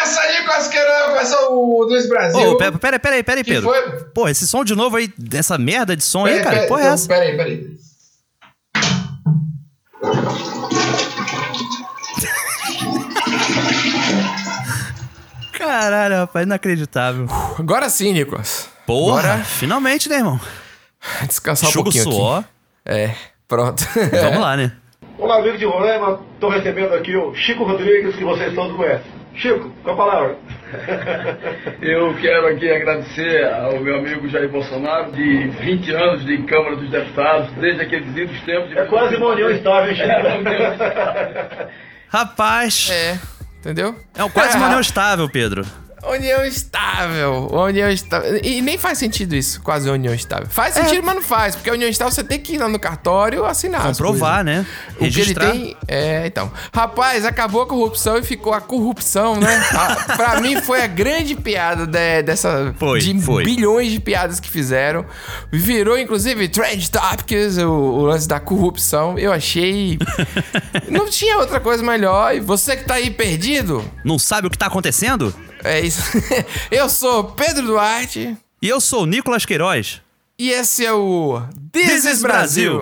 Começa aí, Cosqueirão, começa o Luiz Brasil. Ô, peraí, Pedro. Foi? Pô, esse som de novo aí, essa merda de som aí, cara, porra é essa? Peraí. Caralho, rapaz, inacreditável. Agora sim, Nicolas. Porra, Bora finalmente, né, irmão? descansar um Chuga o pouquinho suor. aqui. É, pronto. Vamos lá, né? Olá, amigo de Roraima. Estou recebendo aqui o Chico Rodrigues, que vocês todos conhecem. Chico, com a palavra. Eu quero aqui agradecer ao meu amigo Jair Bolsonaro, de 20 anos de Câmara dos Deputados, desde aqueles idos tempos. É quase uma união estável, Chico. Rapaz, Entendeu? é quase uma união estável, Pedro. União estável. E nem faz sentido isso, quase união estável. Faz sentido, mas não faz. Porque a união estável você tem que ir lá no cartório assinar. Comprovar, né? O Registrar. que ele tem... então. Rapaz, acabou a corrupção e ficou a corrupção, né? Pra mim foi a grande piada dessa... Foi. Bilhões de piadas que fizeram. Virou, inclusive, Trend Topics, o lance da corrupção. Eu achei... Não tinha outra coisa melhor. E você que tá aí perdido... Não sabe o que tá acontecendo? É isso. Eu sou Pedro Duarte. E eu sou o Nicolas Queiroz. E esse é o This is Brasil.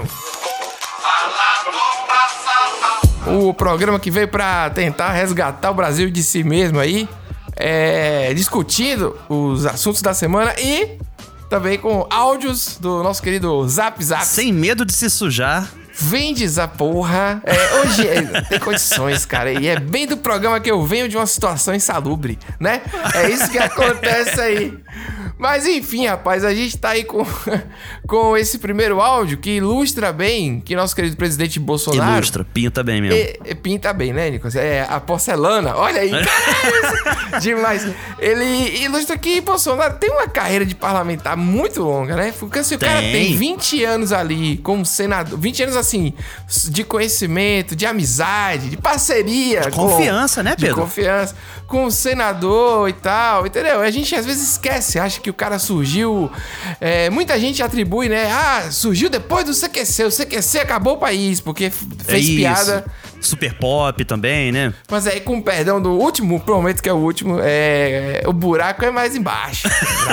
O programa que veio pra tentar resgatar o Brasil de si mesmo aí. Discutindo os assuntos da semana e também com áudios do nosso querido Zap Zap. Sem medo de se sujar. Vende essa porra. Hoje tem condições, cara. E é bem do programa que eu venho de uma situação insalubre, né? É isso que acontece aí. Mas enfim, rapaz, a gente tá aí com esse primeiro áudio que ilustra bem que nosso querido presidente Bolsonaro... Ilustra, pinta bem mesmo. Pinta bem, né, Nicolas? A porcelana, olha aí. Demais. Ele ilustra que Bolsonaro tem uma carreira de parlamentar muito longa, né? Porque se o cara tem 20 anos ali como senador, 20 anos assim, de conhecimento, de amizade, de parceria. De confiança, né, Pedro? De confiança. Com o senador e tal, entendeu? A gente às vezes esquece, acha que o cara surgiu... muita gente atribui, né? Surgiu depois do CQC. O CQC acabou o país, porque fez piada... Super pop também, né? Mas aí, com perdão do último, prometo que é o último, o buraco é mais embaixo.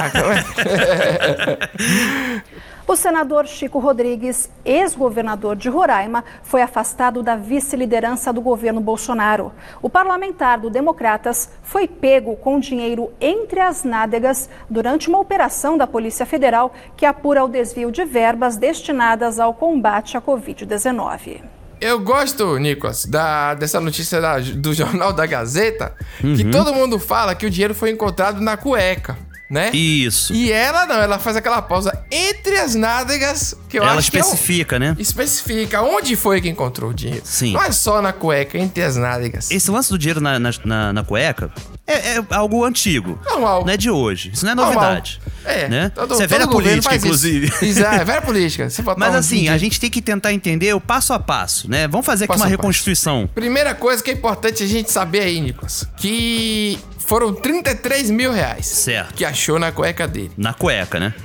O senador Chico Rodrigues, ex-governador de Roraima, foi afastado da vice-liderança do governo Bolsonaro. O parlamentar do Democratas foi pego com dinheiro entre as nádegas durante uma operação da Polícia Federal que apura o desvio de verbas destinadas ao combate à Covid-19. Eu gosto, Nicolas, dessa notícia do Jornal da Gazeta, que todo mundo fala que o dinheiro foi encontrado na cueca, né? Isso. E ela não, ela faz aquela pausa entre as nádegas, que eu acho que especifica, né? Especifica onde foi que encontrou o dinheiro. Sim. Não é só na cueca, entre as nádegas. Esse lance do dinheiro na cueca é algo antigo. Normal. Não é de hoje. Isso não é novidade. Né? Isso é velha política, inclusive. Exato, é velha política. Mas assim, a gente tem que tentar entender o passo a passo, né? Vamos fazer aqui uma reconstituição. Primeira coisa que é importante a gente saber aí, Nicolas, que foram 33 mil reais. Certo. Que achou na cueca dele. Na cueca, né?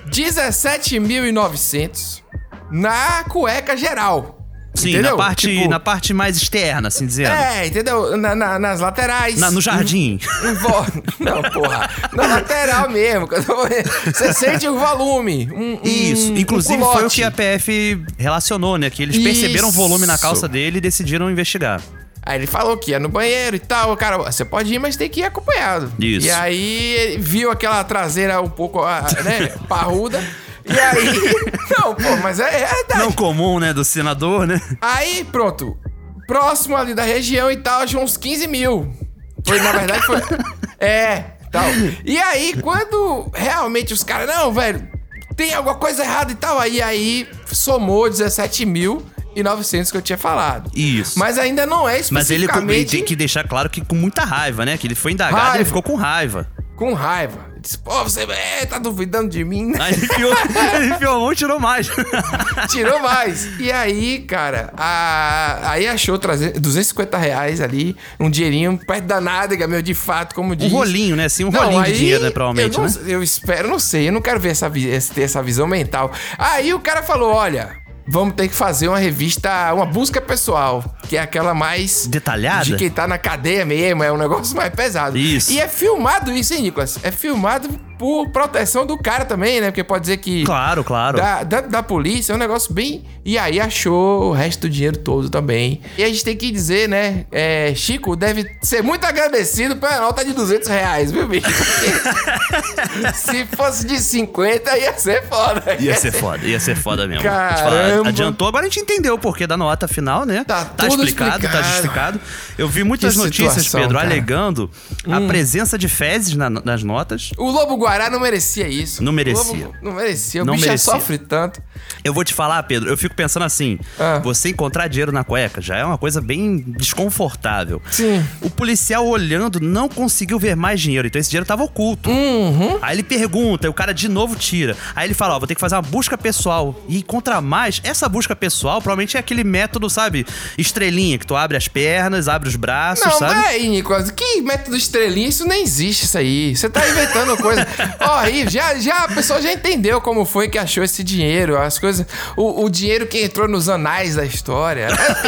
17.900 na cueca geral. Sim, entendeu? na parte mais externa, assim dizendo. Entendeu? Nas laterais. No jardim. Não, porra. Na lateral mesmo. Você sente o volume. Isso. Inclusive foi o que a PF relacionou, né? Que eles perceberam o volume na calça dele e decidiram investigar. Aí ele falou que ia no banheiro e tal. Cara, você pode ir, mas tem que ir acompanhado. Isso. E aí ele viu aquela traseira um pouco, né, parruda. E aí... Não, pô, mas é verdade. Não comum, né, do senador, né? Aí, pronto. Próximo ali da região e tal, achou uns 15 mil. Na verdade, foi... tal. E aí, quando realmente os caras... Não, velho, tem alguma coisa errada e tal. Aí somou 17.900 que eu tinha falado. Isso. Mas ainda não é especificamente... Mas ele tem que deixar claro que com muita raiva, né? Que ele foi indagado e ele ficou com raiva. Com raiva. Disse, pô, você tá duvidando de mim, né? Aí ele enfiou a mão e tirou mais. Tirou mais. E aí, cara, aí achou 250 reais ali, um dinheirinho perto da nádega, meu, de fato, como diz. Um rolinho, né? Assim, rolinho de dinheiro, né, provavelmente, né? Eu espero, não sei, eu não quero ver ter essa visão mental. Aí o cara falou, olha... Vamos ter que fazer uma revista, uma busca pessoal. que é aquela mais... detalhada? De quem tá na cadeia mesmo, é um negócio mais pesado. Isso. E é filmado isso, hein, Nicolas? É filmado por proteção do cara também, né? Porque pode dizer que... Claro. Da polícia, é um negócio bem... E aí achou o resto do dinheiro todo também. E a gente tem que dizer, né? Chico deve ser muito agradecido pela nota de R$200, viu, bicho? Porque se fosse de 50, ia ser foda. Ia ser foda mesmo. Caramba. Adiantou, agora a gente entendeu o porquê da nota final, né? Tá explicado, tá justificado. Eu vi muitas notícias, Pedro, cara, alegando a presença de fezes nas notas. O Lobo-Guará não merecia isso. Não merecia. Não merecia. O bicho já sofre tanto. Eu vou te falar, Pedro, eu fico pensando assim, você encontrar dinheiro na cueca já é uma coisa bem desconfortável. Sim. O policial olhando não conseguiu ver mais dinheiro, então esse dinheiro tava oculto. Aí ele pergunta, e o cara de novo tira. Aí ele fala, vou ter que fazer uma busca pessoal. E encontra mais. Essa busca pessoal provavelmente é aquele método, sabe, estrelinha, que tu abre as pernas, abre os braços, sabe? Não, aí, Nicolas, que método estrelinha? Isso nem existe, isso aí. Você tá inventando coisa horrível. Já a pessoa já entendeu como foi que achou esse dinheiro, as coisas... O dinheiro que entrou nos anais da história.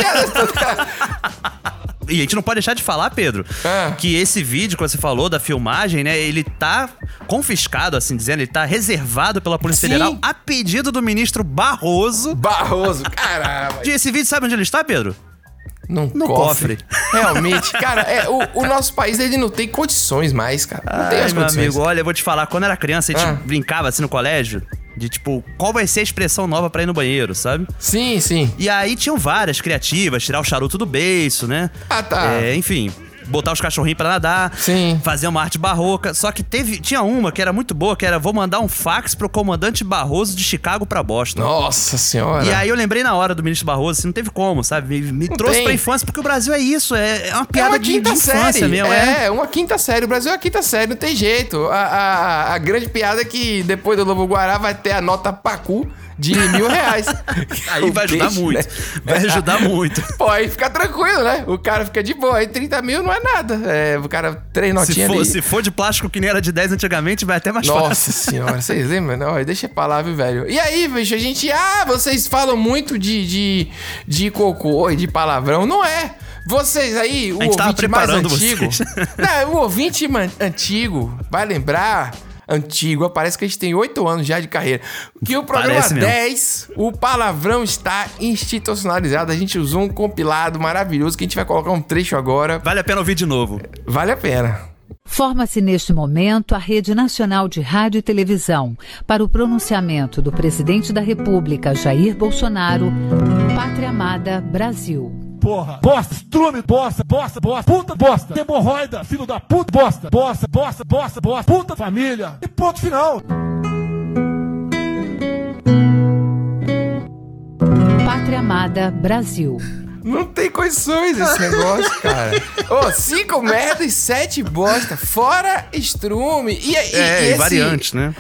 E a gente não pode deixar de falar, Pedro, que esse vídeo que você falou da filmagem, né, ele tá confiscado, assim dizendo, ele tá reservado pela Polícia Federal a pedido do ministro Barroso. Caramba. E esse vídeo, sabe onde ele está, Pedro? No cofre. Realmente, cara, o nosso país, ele não tem condições mais, cara. Não tem as condições. Meu amigo, olha, eu vou te falar, quando eu era criança, a gente brincava assim no colégio, de tipo, qual vai ser a expressão nova pra ir no banheiro, sabe? Sim. E aí tinham várias criativas, tirar o charuto do beiço, né? Enfim... botar os cachorrinhos pra nadar, fazer uma arte barroca. Só que tinha uma que era muito boa, que era vou mandar um fax pro comandante Barroso de Chicago pra Boston. Nossa senhora. E aí eu lembrei na hora do ministro Barroso, assim, não teve como, sabe? Me trouxe pra infância, porque o Brasil é isso, é uma piada de infância mesmo. Uma quinta série, o Brasil é uma quinta série, não tem jeito. A grande piada é que depois do Lobo-Guará vai ter a nota Pacu de R$1.000. Aí vai ajudar muito. Né? Vai ajudar muito. Pô, aí fica tranquilo, né? O cara fica de boa. Aí 30 mil não é nada. O cara, 3 notinhas ali. Se for de plástico que nem era de 10 antigamente, vai até mais fácil. Nossa senhora, vocês lembram? Não, deixa pra lá, viu, velho? E aí, bicho, a gente... vocês falam muito de cocô e de palavrão. Não é. Vocês aí, o ouvinte mais antigo... Não, o ouvinte antigo vai lembrar... Parece que a gente tem 8 anos já de carreira. Que o programa 10, o palavrão está institucionalizado. A gente usou um compilado maravilhoso que a gente vai colocar um trecho agora. Vale a pena ouvir de novo. Vale a pena. Forma-se neste momento a Rede Nacional de Rádio e Televisão para o pronunciamento do presidente da República, Jair Bolsonaro, Pátria Amada Brasil. Porra, bosta, estrume, bosta, puta, bosta, hemorroida, filho da puta, bosta, puta, família, e ponto final. Pátria Amada Brasil. Não tem condições esse negócio, cara. 5 merda e 7 bosta. Fora estrume. E variante, né?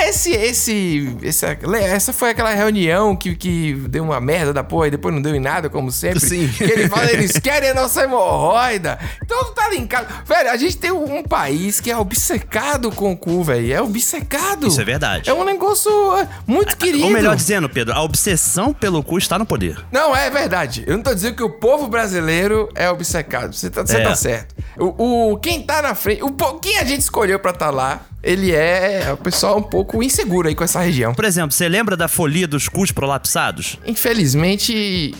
Essa foi aquela reunião que deu uma merda da porra e depois não deu em nada, como sempre. Sim. Que ele fala, eles querem a nossa hemorroida. Então tá linkado. Velho, a gente tem um país que é obcecado com o cu, velho. É obcecado. Isso é verdade. É um negócio muito querido. Ou melhor dizendo, Pedro, a obsessão pelo cu está no poder. Não, é verdade. Eu não tô dizendo que o povo brasileiro é obcecado. Você tá certo. Quem tá na frente... Quem a gente escolheu pra tá lá... Ele é o pessoal um pouco inseguro aí com essa região. Por exemplo, você lembra da folia dos cus prolapsados? Infelizmente.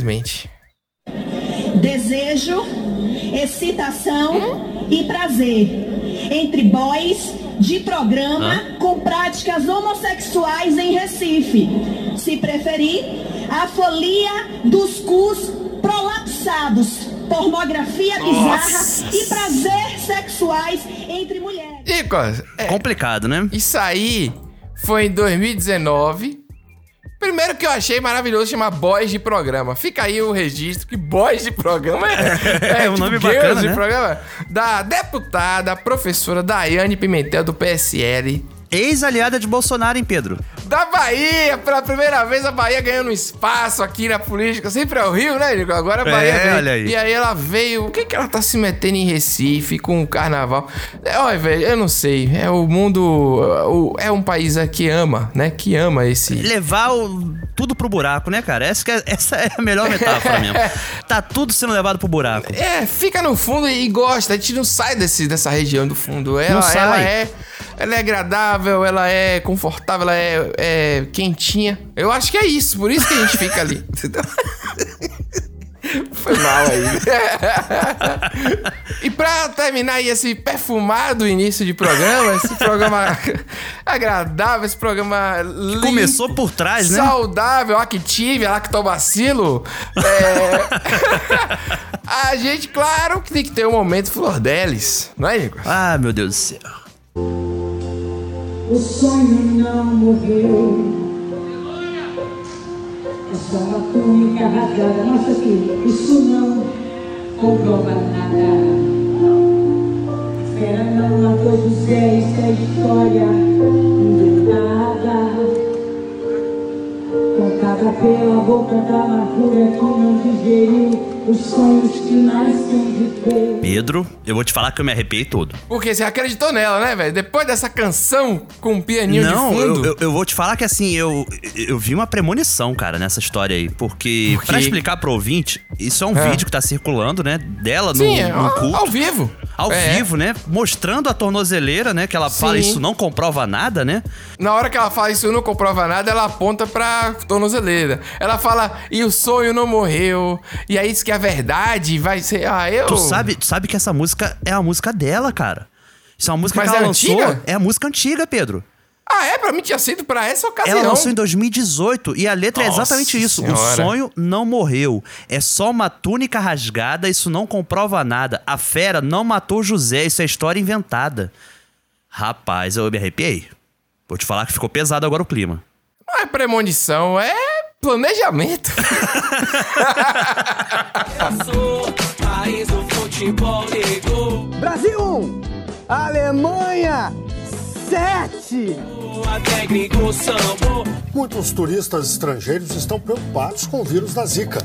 Desejo, excitação e prazer entre boys de programa com práticas homossexuais em Recife. Se preferir, a folia dos cus prolapsados. Pornografia bizarra e prazer sexuais entre mulheres. Nicolas, complicado, né? Isso aí foi em 2019. Primeiro que eu achei maravilhoso chamar boys de programa. Fica aí o registro que boys de programa é um nome bacana, né? Programa, da deputada, professora Daiane Pimentel do PSL. Ex-aliada de Bolsonaro, hein, Pedro? da Bahia. Pela primeira vez a Bahia ganhando espaço aqui na política. Sempre é o Rio, né, Nico? Agora a Bahia veio. Olha aí. E aí ela veio... O que ela tá se metendo em Recife com o carnaval? Olha, velho, eu não sei. É o mundo... É um país que ama, né? Que ama esse... Levar tudo pro buraco, né, cara? Essa é a melhor metáfora mesmo. Tá tudo sendo levado pro buraco. Fica no fundo e gosta. A gente não sai dessa região do fundo. Ela é agradável, ela é confortável, ela é quentinha. Eu acho que é isso, por isso que a gente fica ali. Foi mal aí. E pra terminar aí esse perfumado início de programa, esse programa agradável, esse programa lindo, começou por trás, né? Saudável, Active, Lactobacilo. A gente, claro, que tem que ter um momento Flor Delis, não é, Nico? Ah, meu Deus do céu. O sonho não morreu. Essa túnica rasgada, nossa aqui, isso não comprova nada. Fera não matou José, isso é história inventada. Contada pela boca da amargura que não digeriu os sonhos que nascem de ter. Pedro, eu vou te falar que eu me arrepiei todo. Porque você acreditou nela, né, velho? Depois dessa canção com um pianinho de fundo. Não, eu vou te falar que assim, eu vi uma premonição, cara, nessa história aí. Porque, pra explicar pro ouvinte, isso é um vídeo que tá circulando, né, dela no culto. Ao vivo. Ao vivo, né? Mostrando a tornozeleira, né? Que ela fala, isso não comprova nada, né? Na hora que ela fala isso não comprova nada, ela aponta pra tornozeleira. Ela fala, e o sonho não morreu. E é isso que a verdade vai ser... Tu sabe que essa música é a música dela, cara. Isso é uma música que ela lançou. Antiga? É a música antiga, Pedro. Pra mim tinha sido pra essa ocasião. Ela lançou em 2018 e a letra é exatamente isso. Senhora. O sonho não morreu. É só uma túnica rasgada, isso não comprova nada. A fera não matou José, isso é história inventada. Rapaz, eu me arrepiei. Vou te falar que ficou pesado agora o clima. Não é premonição, é planejamento. Brasil 1, Alemanha 7. Muitos turistas estrangeiros estão preocupados com o vírus da Zika.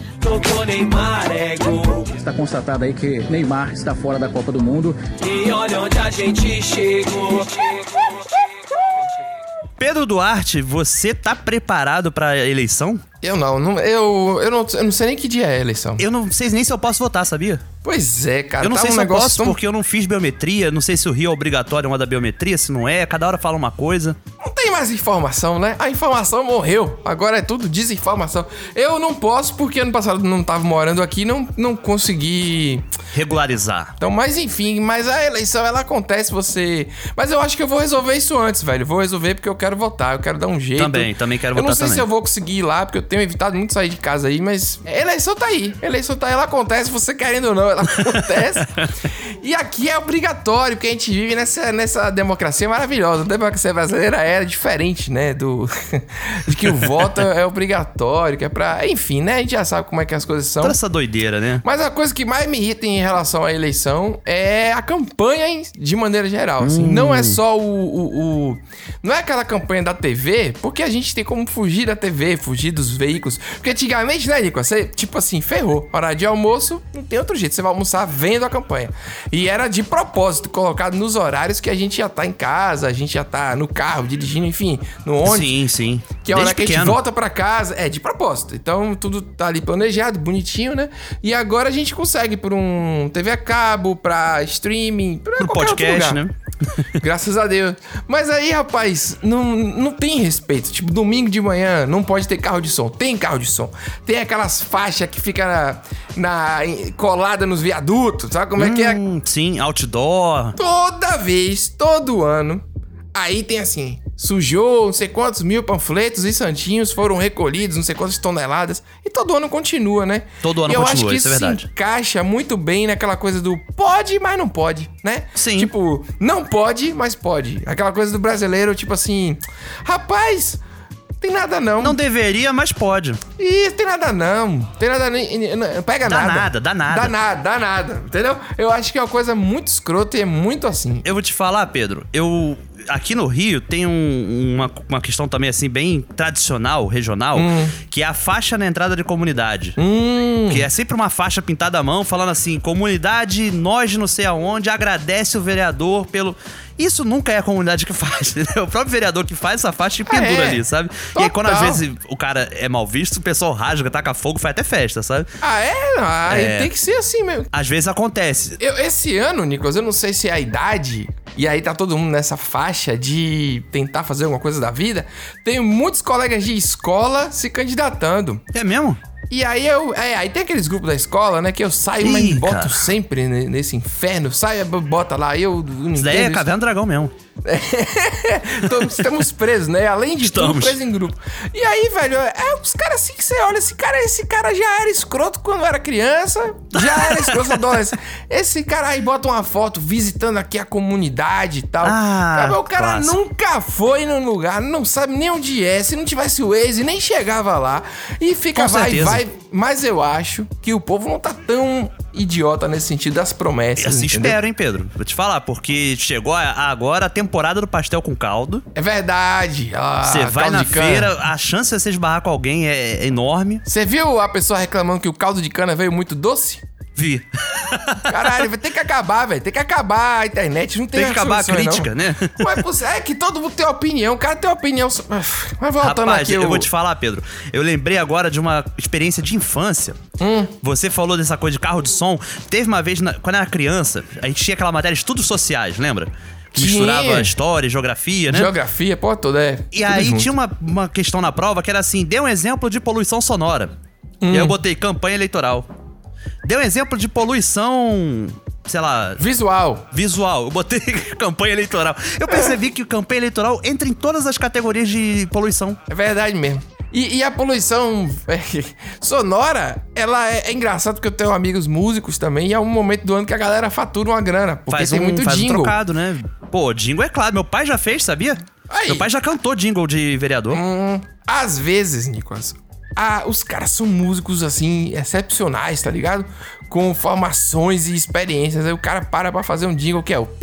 Está constatado aí que Neymar está fora da Copa do Mundo. E olha onde a gente chegou. Pedro Duarte, você tá preparado pra eleição? Eu não sei nem que dia é a eleição. Eu não sei nem se eu posso votar, sabia? Pois é, cara. Eu não sei se eu posso porque eu não fiz biometria. Não sei se o Rio é obrigatório uma da biometria, se não é. Cada hora fala uma coisa. Não tem mais informação, né? A informação morreu. Agora é tudo desinformação. Eu não posso porque ano passado não tava morando aqui, não consegui... regularizar. Então, mas enfim, mas a eleição, ela acontece, você... Mas eu acho que eu vou resolver isso antes, velho. Eu vou resolver porque eu quero votar, eu quero dar um jeito. Também quero votar. Eu não sei se eu vou conseguir ir lá, porque eu tenho evitado muito sair de casa aí, mas a eleição tá aí. A eleição tá aí, ela acontece, você querendo ou não, ela acontece. E aqui é obrigatório, porque a gente vive nessa democracia maravilhosa. A democracia brasileira é diferente, né, de que o voto é obrigatório, que é pra... Enfim, né, a gente já sabe como é que as coisas são. Toda essa doideira, né? Mas a coisa que mais me irrita em relação à eleição é a campanha de maneira geral, assim. Não é só não é aquela campanha da TV, porque a gente tem como fugir da TV, fugir dos veículos. Porque antigamente, né, Nico, você, tipo assim, ferrou. Hora de almoço, não tem outro jeito. Você vai almoçar vendo a campanha. E era de propósito, colocado nos horários que a gente já tá em casa, a gente já tá no carro, dirigindo, enfim, no ônibus. Sim. Que é a hora que a gente volta pra casa. É, de propósito. Então, tudo tá ali planejado, bonitinho, né? E agora a gente consegue por um TV a cabo, pra streaming, pra pro qualquer podcast, outro lugar, né? Graças a Deus. Mas aí, rapaz, não tem respeito. Tipo, domingo de manhã não pode ter carro de som. Tem carro de som. Tem aquelas faixas que fica colada nos viadutos. Sabe como é que é? Sim, outdoor. Toda vez, todo ano. Aí tem assim, sujou não sei quantos mil panfletos e santinhos foram recolhidos, não sei quantas toneladas. E todo ano continua, né? Todo ano continua, isso é verdade. Se encaixa muito bem naquela coisa do pode, mas não pode, né? Sim. Tipo, não pode, mas pode. Aquela coisa do brasileiro, tipo assim, rapaz... Tem nada não. Não deveria, mas pode. Ih, tem nada não. Tem nada não. Pega nada. Dá nada. Dá nada. Entendeu? Eu acho que é uma coisa muito escrota e é muito assim. Eu vou te falar, Pedro. Eu aqui no Rio tem uma questão também, assim, bem tradicional, regional, que é a faixa na entrada de comunidade. Que é sempre uma faixa pintada à mão, falando assim, comunidade, nós de não sei aonde, agradece o vereador pelo... Isso nunca é a comunidade que faz, entendeu? O próprio vereador que faz essa faixa e pendura ali, sabe? Total. E aí, quando às vezes o cara é mal visto, o pessoal rasga, taca fogo, faz até festa, sabe? Tem que ser assim mesmo. Às vezes acontece. Esse ano, Nicolas, eu não sei se é a idade, e aí tá todo mundo nessa faixa de tentar fazer alguma coisa da vida. Tenho muitos colegas de escola se candidatando. É mesmo? E aí aí tem aqueles grupos da escola, né, que eu saio, mas boto sempre nesse inferno. Saio, bota lá, Isso daí é Caverna do Dragão mesmo. Estamos presos, né? Além de tudo, presos em grupo. E aí, velho, os caras assim que você olha, esse cara já era escroto quando era criança, já era escroto adolescente. Esse cara aí bota uma foto visitando aqui a comunidade e tal. O cara nunca foi no lugar, não sabe nem onde é. Se não tivesse o Waze, nem chegava lá. E fica, vai. Mas eu acho que o povo não tá tão idiota nesse sentido das promessas. Assim espero, hein, Pedro? Vou te falar, porque chegou agora a temporada do pastel com caldo. É verdade. Você vai na feira, a chance de você esbarrar com alguém é enorme. Você viu a pessoa reclamando que o caldo de cana veio muito doce? Vi. Caralho, vai ter que acabar, velho. Tem que acabar a internet. Não tem que acabar a crítica, não. né? Mas é que todo mundo tem opinião. O cara tem opinião. Mas voltando aqui. Eu vou te falar, Pedro. Eu lembrei agora de uma experiência de infância. Você falou dessa coisa de carro de som. Teve uma vez, quando eu era criança, a gente tinha aquela matéria de estudos sociais, lembra? Que misturava história, geografia, né? Geografia, pô, toda. E aí junto. Tinha uma questão na prova que era assim: dê um exemplo de poluição sonora. E aí eu botei campanha eleitoral. Deu um exemplo de poluição, sei lá... Visual. Eu botei campanha eleitoral. Eu percebi que campanha eleitoral entra em todas as categorias de poluição. É verdade mesmo. E a poluição sonora, ela é engraçada porque eu tenho amigos músicos também e é um momento do ano que a galera fatura uma grana. Porque tem muito faz jingle. Um trocado, né? Pô, jingle é claro. Meu pai já fez, sabia? Aí. Meu pai já cantou jingle de vereador. Às vezes, Nicolas... os caras são músicos, assim, excepcionais, tá ligado? Com formações e experiências. Aí o cara pra fazer um jingle que é o...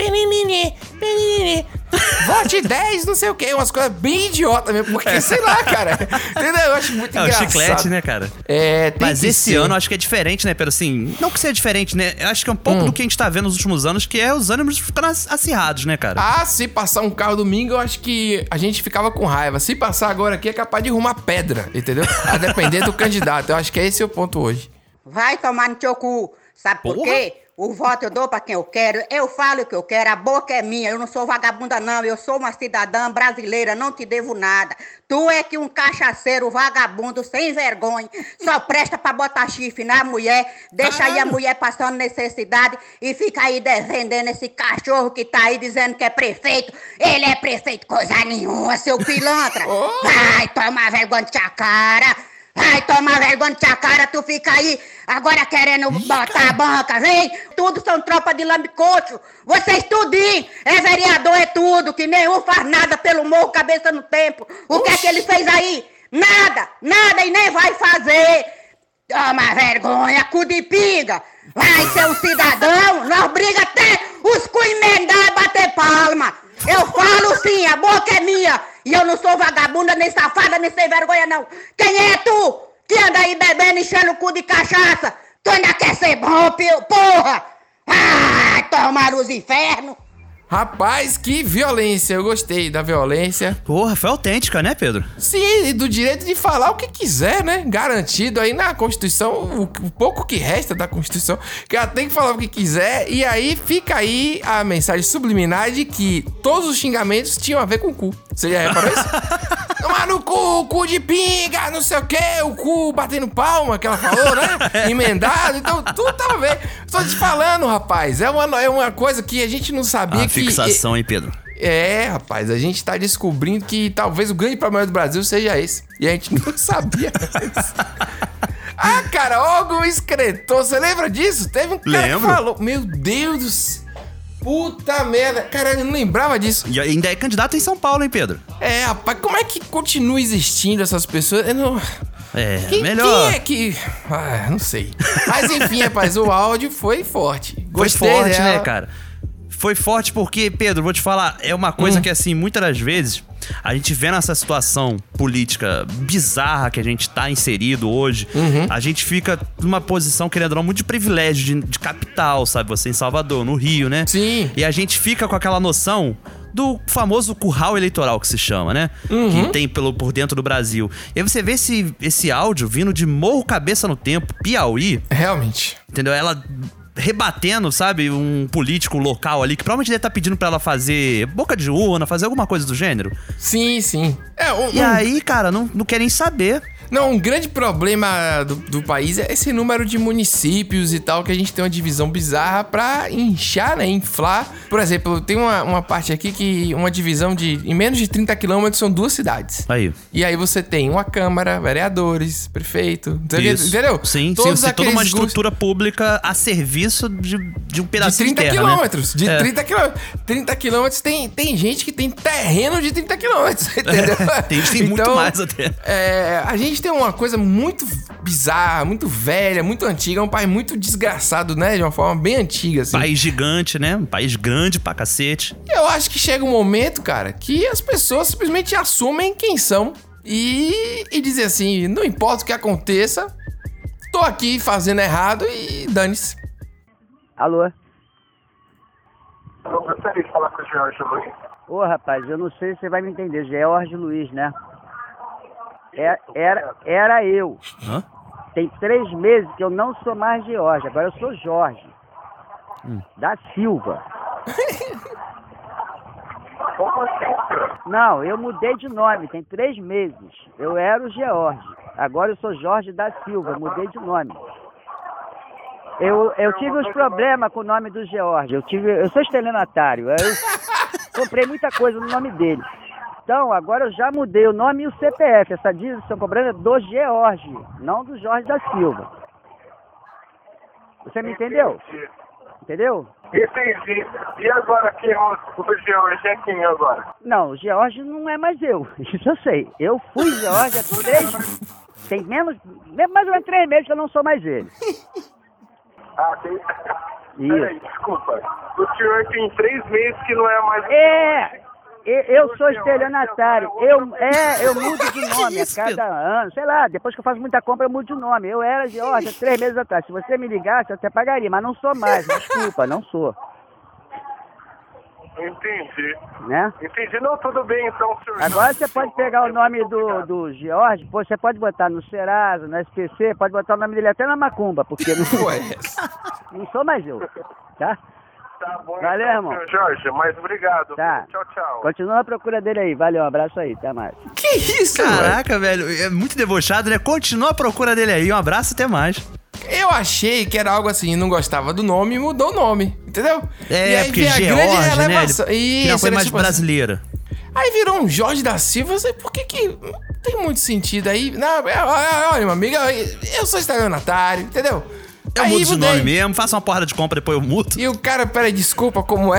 Vote 10, não sei o quê. Umas coisas bem idiotas mesmo. Porque, sei lá, cara. Entendeu? Eu acho muito engraçado. É o chiclete, né, cara? Mas esse ano eu acho que é diferente, né, Pedro? Assim, não que seja diferente, né? Eu acho que é um pouco do que a gente tá vendo nos últimos anos, que é os ânimos ficando acirrados, né, cara? Se passar um carro domingo, eu acho que a gente ficava com raiva. Se passar agora aqui, é capaz de arrumar pedra, entendeu? A depender do candidato. Eu acho que esse é o ponto hoje. Vai tomar no teu cu. Sabe por quê? O voto eu dou pra quem eu quero, eu falo o que eu quero, a boca é minha, eu não sou vagabunda não, eu sou uma cidadã brasileira, não te devo nada. Tu é que um cachaceiro vagabundo sem vergonha, só presta pra botar chifre na mulher, deixa aí a mulher passando necessidade e fica aí defendendo esse cachorro que tá aí dizendo que é prefeito. Ele é prefeito coisa nenhuma, seu pilantra. Vai tomar vergonha de tua cara. Vai tomar vergonha de tua cara, tu fica aí agora querendo botar a banca, vem? Tudo são tropa de lambicocho. Vocês tudinho, é vereador, é tudo, que nenhum faz nada pelo morro, cabeça no tempo. O que é que ele fez aí? Nada e nem vai fazer. Toma vergonha, cu de pinga. Vai ser um cidadão, nós briga até os cu emendar e bater palma. Eu falo sim, a boca é minha. E eu não sou vagabunda, nem safada, nem sem vergonha, não. Quem é tu que anda aí bebendo, enchendo o cu de cachaça? Tu ainda quer ser bom, porra? Tomar os infernos. Rapaz, que violência. Eu gostei da violência. Porra, foi autêntica, né, Pedro? Sim, e do direito de falar o que quiser, né? Garantido aí na Constituição, o pouco que resta da Constituição, que ela tem que falar o que quiser. E aí fica aí a mensagem subliminar de que todos os xingamentos tinham a ver com o cu. Você já reparou isso? Tomar no cu de pinga, não sei o quê, o cu batendo palma, que ela falou, né? Emendado, então tudo tava vendo. Tô te falando, rapaz, é uma coisa que a gente não sabia que... Fixação, hein, Pedro? Rapaz, a gente tá descobrindo que talvez o grande problema do Brasil seja esse. E a gente não sabia isso. Cara, algo escretou, você lembra disso? Teve um cara que falou, meu Deus do céu. Puta merda. Caralho, eu não lembrava disso. E ainda é candidato em São Paulo, hein, Pedro? Rapaz, como é que continua existindo essas pessoas? Eu não... melhor. Quem é que... não sei. Mas enfim, rapaz, o áudio foi forte. Gostei foi forte, dela. né, cara? Foi forte porque, Pedro, vou te falar, é uma coisa que, assim, muitas das vezes, a gente vê nessa situação política bizarra que a gente tá inserido hoje, a gente fica numa posição, querendo ou não, muito de privilégio, de capital, sabe? Você em Salvador, no Rio, né? Sim. E a gente fica com aquela noção do famoso curral eleitoral que se chama, né? Que tem por dentro do Brasil. E aí você vê esse áudio vindo de Morro Cabeça no Tempo, Piauí. Realmente. Entendeu? Ela rebatendo, sabe, um político local ali que provavelmente deve estar pedindo pra ela fazer boca de urna, fazer alguma coisa do gênero. Sim, sim. E aí, cara, não querem saber. Não, um grande problema do país é esse número de municípios e tal, que a gente tem uma divisão bizarra pra inchar, né, inflar. Por exemplo, tem uma parte aqui que uma divisão em menos de 30 quilômetros são 2 cidades. Aí. E aí você tem uma câmara, vereadores, prefeito, entendeu? Sim, todos sim, toda uma estrutura pública a serviço de um pedacinho de 30 terra, quilômetros, né? 30 quilômetros. 30 quilômetros tem gente que tem terreno de 30 quilômetros, entendeu? Tem gente que tem muito mais até. A gente tem uma coisa muito bizarra, muito velha, muito antiga, é um país muito desgraçado, né? De uma forma bem antiga, assim. País gigante, né? Um país grande pra cacete. Eu acho que chega um momento, cara, que as pessoas simplesmente assumem quem são e dizem assim, não importa o que aconteça, tô aqui fazendo errado e dane-se. Alô? Eu gostaria de falar com o George Luiz. Ô, rapaz, eu não sei se você vai me entender. George Luiz, né? Era eu. Hã? Tem 3 meses que eu não sou mais George. Agora eu sou Jorge. Da Silva. Como assim? Não, eu mudei de nome. Tem 3 meses. Eu era o George. Agora eu sou Jorge da Silva. Mudei de nome. Eu tive uns problemas com o nome do George. Eu sou estelionatário. Eu comprei muita coisa no nome dele. Então, agora eu já mudei o nome e o CPF. Essa dívida estão cobrando é do George, não do Jorge da Silva. Você me entendeu? Entendeu? Entendi. E agora quem é o George é quem agora? Não, o George não é mais eu. Isso eu sei. Eu fui George há 3... Tem mais ou menos 3 meses que eu não sou mais ele. Ah, tem... Isso. Peraí, desculpa. O senhor tem 3 meses que não é mais... Eu sou estelionatário. Eu mudo de nome a cada ano. Sei lá, depois que eu faço muita compra, eu mudo de nome. Eu era George há 3 meses atrás. Se você me ligasse, eu até pagaria, mas não sou mais. Desculpa, não sou. Entendi. Né? Entendi. Não, tudo bem, então, senhor. Agora você pode pegar o nome do George, pô, você pode botar no Serasa, no SPC, pode botar o nome dele até na Macumba, porque não sou mais eu, tá? Tá bom, valeu, então, irmão. senhor Jorge, mas obrigado. Tá. Tchau, tchau. Continua a procura dele aí. Valeu, um abraço aí. Até mais. Que isso, Caraca, velho. É muito debochado, né? Continua a procura dele aí. Um abraço, até mais. Eu achei que era algo assim, não gostava do nome e mudou o nome, entendeu? E aí, porque George, né? Isso, que não foi mais tipo brasileira. Aí virou um Jorge da Silva, por que não tem muito sentido aí? Não, olha, meu amigo, eu sou estelionatário, entendeu? Eu mudo de nome mesmo, faço uma porrada de compra, depois eu mudo. E o cara, peraí, desculpa, como é?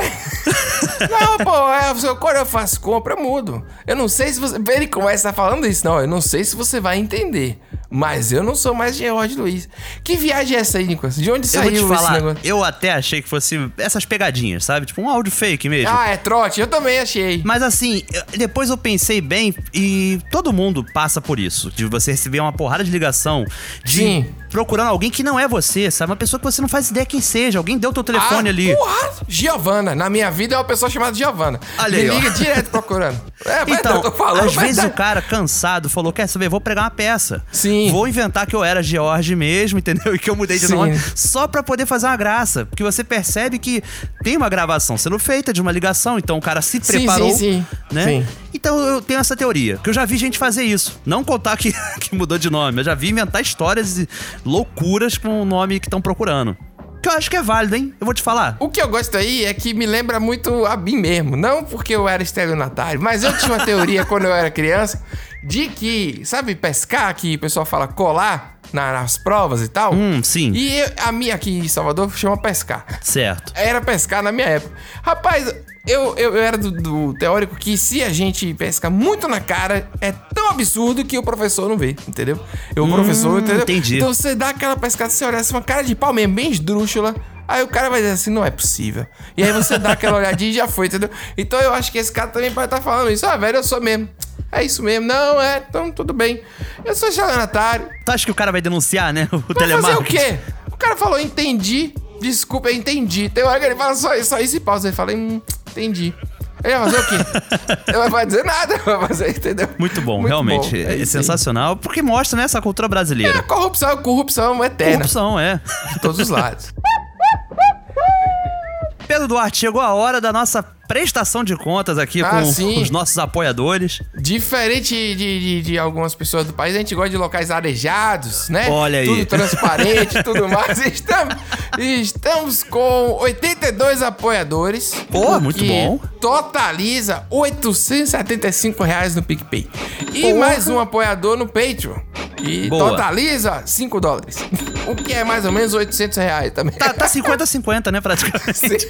Não, pô, quando eu faço compra, eu mudo. Eu não sei se você... Ele começa falando isso, não, eu não sei se você vai entender. Mas eu não sou mais George Luiz. Que viagem é essa aí, Nicolas? De onde saiu esse negócio? Eu até achei que fosse essas pegadinhas, sabe? Tipo um áudio fake mesmo. Ah, é trote? Eu também achei. Mas assim, depois eu pensei bem e todo mundo passa por isso. De você receber uma porrada de ligação procurando alguém que não é você, sabe? Uma pessoa que você não faz ideia quem seja. Alguém deu teu telefone ali. Porra! Giovana. Na minha vida é uma pessoa chamada Giovana. Olha aí, me liga direto procurando. Então, eu tô falando, às vezes o cara cansado falou, quer saber, vou pregar uma peça. Sim. Vou inventar que eu era George mesmo, entendeu? E que eu mudei de nome só pra poder fazer uma graça. Porque você percebe que tem uma gravação sendo feita de uma ligação, então o cara se preparou, né? Sim. Então eu tenho essa teoria, que eu já vi gente fazer isso. Não contar que mudou de nome, eu já vi inventar histórias e loucuras com o nome que estão procurando. Que eu acho que é válido, hein? Eu vou te falar. O que eu gosto aí é que me lembra muito a mim mesmo. Não porque eu era estelionatário, mas eu tinha uma teoria quando eu era criança de que, sabe, pescar, que o pessoal fala colar nas provas e tal? Sim. E a minha aqui em Salvador chama pescar. Certo. Era pescar na minha época. Rapaz, eu era do teórico que se a gente pesca muito na cara, é tão absurdo que o professor não vê, entendeu? O professor, entendeu? Entendi. Então você dá aquela pescada, você olha, assim, uma cara de pau mesmo, bem esdrúxula. Aí o cara vai dizer assim, não é possível. E aí você dá aquela olhadinha e já foi, entendeu? Então eu acho que esse cara também pode estar falando isso. Velho, eu sou mesmo. É isso mesmo. Não, então tudo bem. Eu sou estelionatário. Tu acha que o cara vai denunciar, né? O vai telemarketing. fazer o quê? O cara falou, entendi. Desculpa, eu entendi. Tem hora que ele fala só isso e pausa. Ele fala, entendi. Ele vai fazer o quê? Ele não vai dizer nada, vai fazer, entendeu? Muito bom, muito realmente. Bom. É sensacional, porque mostra, né, essa cultura brasileira. Corrupção eterna. Corrupção, de todos os lados. Pedro Duarte, chegou a hora da nossa prestação de contas aqui com os nossos apoiadores. Diferente de algumas pessoas do país, a gente gosta de locais arejados, né? Olha aí. Tudo transparente, tudo mais. Estamos com 82 apoiadores. Pô, muito bom. Totaliza R$875 no PicPay. E mais um apoiador no Patreon. E totaliza $5. O que é mais ou menos R$800 também. Tá 50-50, né, praticamente.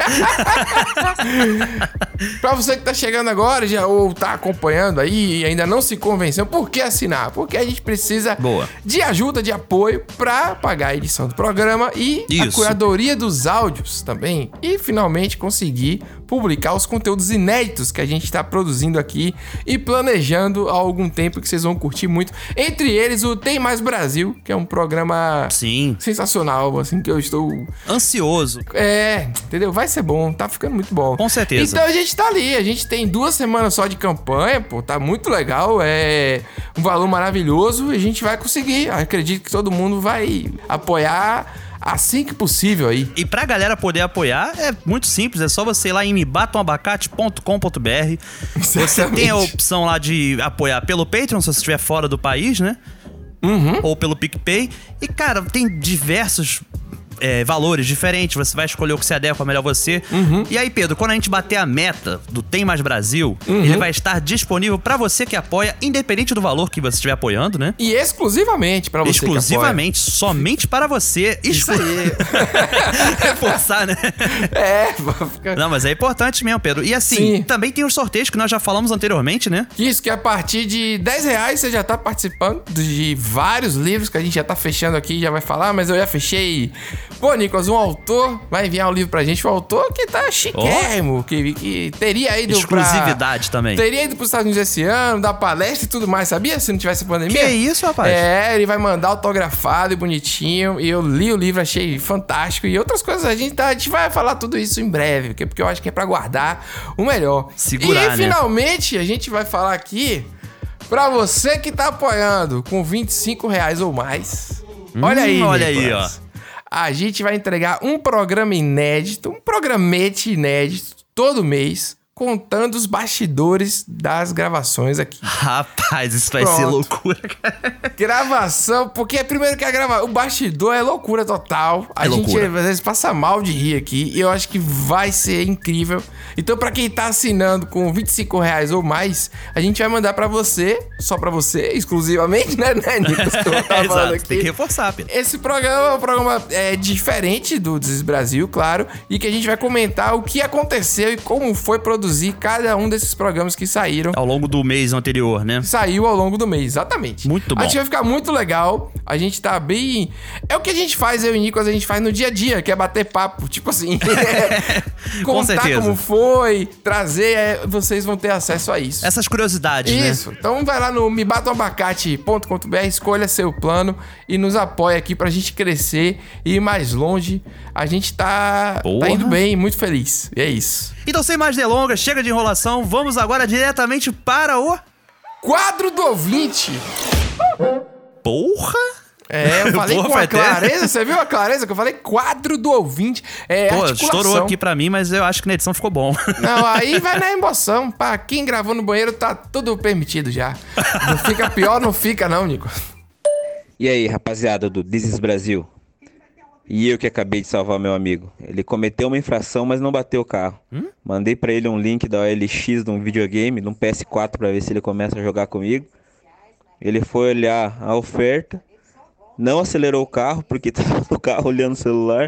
Pra você que tá chegando agora ou tá acompanhando aí e ainda não se convenceu, por que assinar? Porque a gente precisa de ajuda, de apoio pra pagar a edição do programa e a curadoria dos áudios também. E finalmente conseguir publicar os conteúdos inéditos que a gente tá produzindo aqui e planejando há algum tempo que vocês vão curtir muito. Entre eles o Tem Mais Brasil, que é um programa sensacional, assim, que eu estou ansioso. Entendeu? Vai ser bom, tá ficando muito bom. Com certeza. Então a gente tá ali, a gente tem 2 semanas só de campanha, pô, tá muito legal, é um valor maravilhoso e a gente vai conseguir. Acredito que todo mundo vai apoiar assim que possível aí. E pra galera poder apoiar, é muito simples, é só você ir lá em mebatamabacate.com.br. Você tem a opção lá de apoiar pelo Patreon, se você estiver fora do país, né? Ou pelo PicPay. E, cara, tem diversos valores diferentes, você vai escolher o que se adequa melhor a você. E aí, Pedro, quando a gente bater a meta do Tem Mais Brasil, ele vai estar disponível pra você que apoia, independente do valor que você estiver apoiando, né? E exclusivamente pra você exclusivamente, que apoia. Somente para você. Isso aí. Reforçar, né? Não, mas é importante mesmo, Pedro. E assim, também tem os sorteios que nós já falamos anteriormente, né? Isso, que a partir de R$10 você já tá participando de vários livros que a gente já tá fechando aqui, já vai falar, mas eu já fechei. Pô, Nicolas, um autor vai enviar um livro pra gente, um autor que tá chiquérrimo, que teria ido exclusividade também. Teria ido pros Estados Unidos esse ano, dar palestra e tudo mais, sabia? Se não tivesse pandemia. Que isso, rapaz? Ele vai mandar autografado e bonitinho, e eu li o livro, achei fantástico, e outras coisas, a gente vai falar tudo isso em breve, porque eu acho que é pra guardar o melhor. Segurar, e finalmente, a gente vai falar aqui pra você que tá apoiando com R$25 ou mais. Olha aí, Nicolas. Ó. A gente vai entregar um programa inédito, um programete inédito, todo mês, contando os bastidores das gravações aqui. Rapaz, isso vai ser loucura, cara. Gravação, porque primeiro que o bastidor é loucura total. A gente às vezes passa mal de rir aqui e eu acho que vai ser incrível. Então, pra quem tá assinando com R$25 ou mais, a gente vai mandar pra você, só pra você, exclusivamente, né, Nicolas? Exato, aqui. Tem que reforçar, Pedro. Esse programa é um programa diferente do This is Brasil, claro, e que a gente vai comentar o que aconteceu e como foi produzir cada um desses programas que saíram. Ao longo do mês anterior, né? Saiu ao longo do mês, exatamente. Muito bom. A gente vai ficar muito legal, a gente tá bem... É o que a gente faz, eu e o Nicolas, a gente faz no dia a dia, que é bater papo, tipo assim, contar como foi, trazer, vocês vão ter acesso a isso. Essas curiosidades, né? Isso, então vai lá no mebatamabacate.com.br, escolha seu plano e nos apoia aqui pra gente crescer e ir mais longe. A gente tá indo bem, muito feliz, e é isso. Então, sem mais delongas, chega de enrolação, vamos agora diretamente para o... Quadro do ouvinte. Porra! Eu falei com a clareza, você viu a clareza que eu falei? Quadro do ouvinte. Estourou aqui pra mim, mas eu acho que na edição ficou bom. Não, aí vai na emoção. Pra quem gravou no banheiro, tá tudo permitido já. Não fica pior, não fica não, Nico. E aí, rapaziada do This is Brasil? E eu que acabei de salvar meu amigo. Ele cometeu uma infração, mas não bateu o carro. Mandei pra ele um link da OLX de um videogame, de um PS4, pra ver se ele começa a jogar comigo. Ele foi olhar a oferta, não acelerou o carro, porque estava no carro olhando o celular,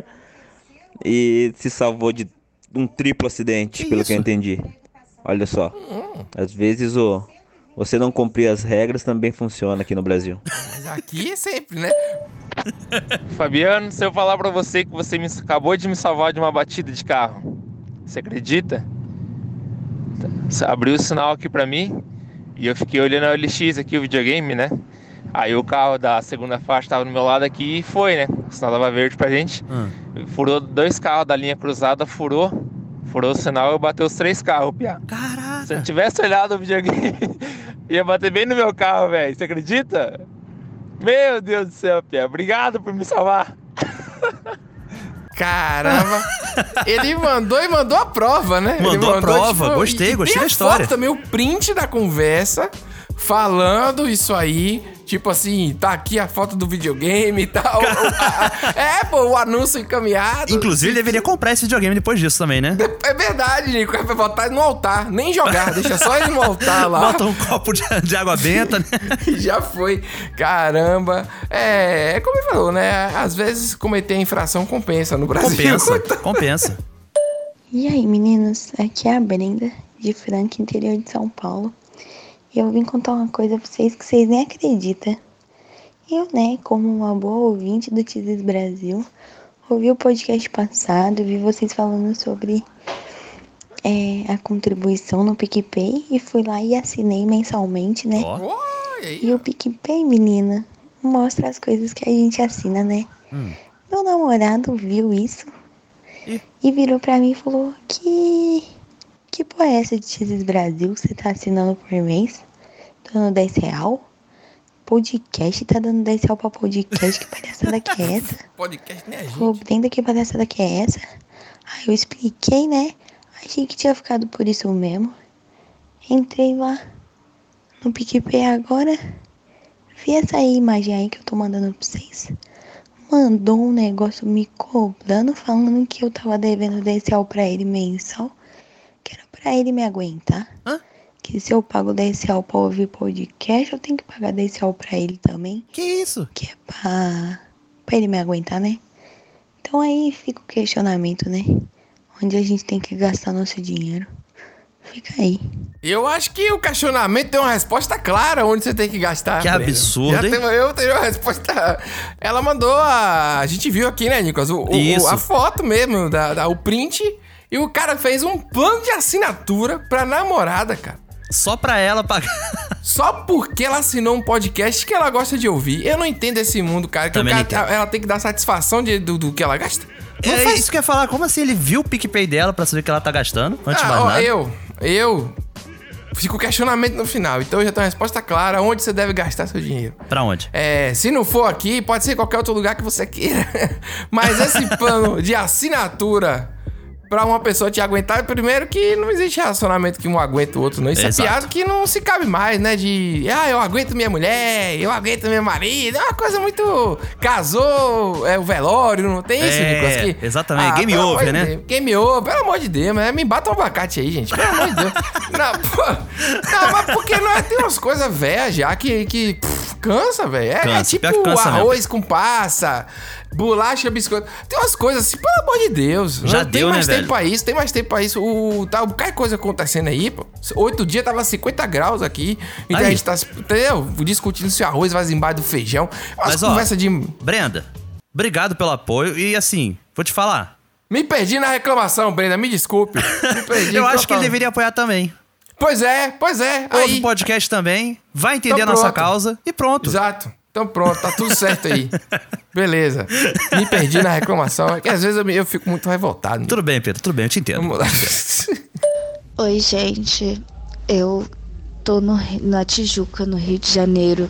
e se salvou de um triplo acidente, pelo que eu entendi. Olha só, às vezes você não cumprir as regras também funciona aqui no Brasil. Mas aqui é sempre, né? Fabiano, se eu falar pra você que você acabou de me salvar de uma batida de carro, você acredita? Você abriu o sinal aqui pra mim e eu fiquei olhando a OLX aqui, o videogame, né? Aí o carro da segunda faixa tava do meu lado aqui e foi, né? O sinal tava verde pra gente. Furou 2 carros da linha cruzada, furou o sinal e bateu os 3 carros, piá. Caraca! Se eu tivesse olhado o videogame, ia bater bem no meu carro, velho. Você acredita? Meu Deus do céu, piá. Obrigado por me salvar. Caramba. Ele mandou a prova, né? Mandou a prova. Tipo, gostei da história. Foto também, o print da conversa, falando isso aí. Tipo assim, tá aqui a foto do videogame e tal. O anúncio encaminhado. Inclusive, ele deveria comprar esse videogame depois disso também, né? É verdade, Nico. Vai botar no altar. Nem jogar, deixa só ele no altar lá. Bota um copo de água benta, né? Já foi. Caramba. É como ele falou, né? Às vezes cometer infração compensa no Brasil. Compensa. E aí, meninos? Aqui é a Brenda, de Franca, interior de São Paulo. E eu vim contar uma coisa pra vocês que vocês nem acreditam. Eu, né, como uma boa ouvinte do Tizes Brasil, ouvi o podcast passado, vi vocês falando sobre a contribuição no PicPay e fui lá e assinei mensalmente, né? E o PicPay, menina, mostra as coisas que a gente assina, né? Meu namorado viu isso e virou pra mim e falou que porra é essa de Tizes Brasil que você tá assinando por mês? Dando R$10? Podcast tá dando R$10 pra podcast? Que palhaçada que é essa? Podcast, né, gente? Falou, Brenda, que palhaçada que é essa? Aí eu expliquei, né? Achei que tinha ficado por isso mesmo. Entrei lá no PicPay agora. Vi essa aí, imagem aí que eu tô mandando pra vocês. Mandou um negócio me cobrando, falando que eu tava devendo R$10 pra ele mensal. Que era pra ele me aguentar. Que se eu pago R$10 pra ouvir podcast, eu tenho que pagar R$10 pra ele também. Que isso? Que é pra ele me aguentar, né? Então aí fica o questionamento, né? Onde a gente tem que gastar nosso dinheiro. Fica aí. Eu acho que o questionamento tem uma resposta clara onde você tem que gastar. Que Breno. absurdo, hein? Eu tenho uma resposta. Ela mandou a gente viu aqui, né, Nicolas? A foto mesmo, o print. E o cara fez um plano de assinatura pra namorada, cara. Só pra ela pagar. Só porque ela assinou um podcast que ela gosta de ouvir. Eu não entendo esse mundo, cara. Que ela tem que dar satisfação do que ela gasta. Isso que eu ia falar. Como assim ele viu o PicPay dela pra saber o que ela tá gastando? Antes de mais nada. Eu fico o questionamento no final. Então eu já tenho uma resposta clara onde você deve gastar seu dinheiro. Pra onde? Se não for aqui, pode ser em qualquer outro lugar que você queira. Mas esse plano de assinatura pra uma pessoa te aguentar, primeiro que não existe relacionamento que um aguenta o outro, não. Isso é piada que não se cabe mais, né? Eu aguento minha mulher, eu aguento meu marido. É uma coisa muito... Casou, o velório, não tem isso, Nicolas? Exatamente, game over, né? Deus, game over, pelo amor de Deus, me bata um abacate aí, gente, pelo amor de Deus. Não, mas porque tem umas coisas velhas já que cansa, velho. É tipo arroz com passa, bolacha, biscoito. Tem umas coisas assim, pelo amor de Deus. Já deu, né, velho? Tem mais tempo pra isso. Tá um bocado de coisa acontecendo aí, pô. 8 dias tava 50 graus aqui. Então a gente tá, entendeu? Discutindo se o arroz vai embaixo do feijão. Mas conversa de... Brenda, obrigado pelo apoio. E assim, vou te falar. Me perdi na reclamação, Brenda. Me desculpe. Me perdi. Eu acho que ele deveria apoiar também. Pois é. Ouve o podcast também. Vai entender a nossa causa e pronto. Exato. Então pronto, tá tudo certo aí. Beleza. Me perdi na reclamação. É que às vezes eu fico muito revoltado. Né? Tudo bem, Pedro. Tudo bem, eu te entendo. Vamos lá. Oi, gente. Eu tô na Tijuca, no Rio de Janeiro.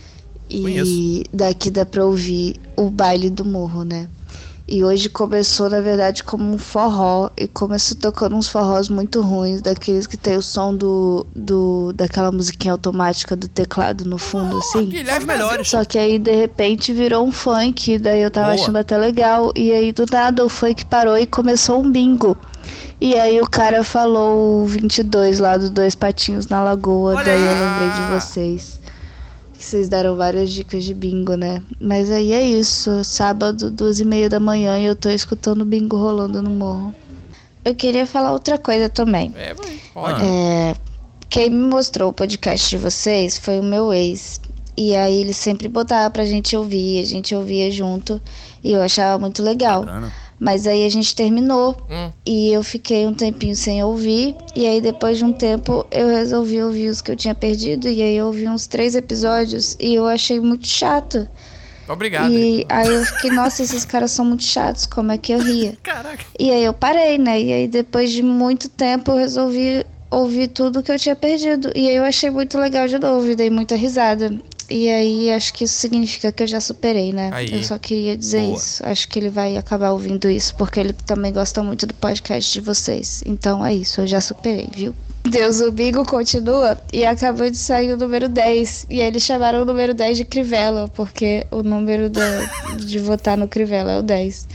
E daqui dá pra ouvir o baile do morro, né? E hoje começou, na verdade, como um forró. E começou tocando uns forrós muito ruins, daqueles que tem o som daquela musiquinha automática do teclado no fundo, assim. Melhores. Só que aí, de repente, virou um funk. Daí eu tava achando até legal. E aí, do nada, o funk parou e começou um bingo. E aí o cara falou o 22 lá dos Dois Patinhos na Lagoa. Daí eu lembrei de vocês. Vocês deram várias dicas de bingo, né? Mas aí é isso. Sábado, 2h30 da manhã, e eu tô escutando o bingo rolando no morro. Eu queria falar outra coisa também. Pode. Quem me mostrou o podcast de vocês foi o meu ex. E aí ele sempre botava pra gente ouvir, a gente ouvia junto e eu achava muito legal. Bacana. Mas aí a gente terminou e eu fiquei um tempinho sem ouvir. E aí depois de um tempo eu resolvi ouvir os que eu tinha perdido. E aí eu ouvi uns 3 episódios e eu achei muito chato. Obrigado. E aí eu fiquei, nossa, esses caras são muito chatos, como é que eu ria? Caraca. E aí eu parei, né? E aí depois de muito tempo eu resolvi ouvir tudo que eu tinha perdido. E aí eu achei muito legal de novo e dei muita risada. E aí acho que isso significa que eu já superei, né? Aí. Eu só queria dizer Boa. isso. Acho que ele vai acabar ouvindo isso, porque ele também gosta muito do podcast de vocês. Então é isso, eu já superei, viu? Deus, o bingo continua e acabou de sair o número 10. E aí eles chamaram o número 10 de Crivella, porque o número de votar no Crivella é o 10.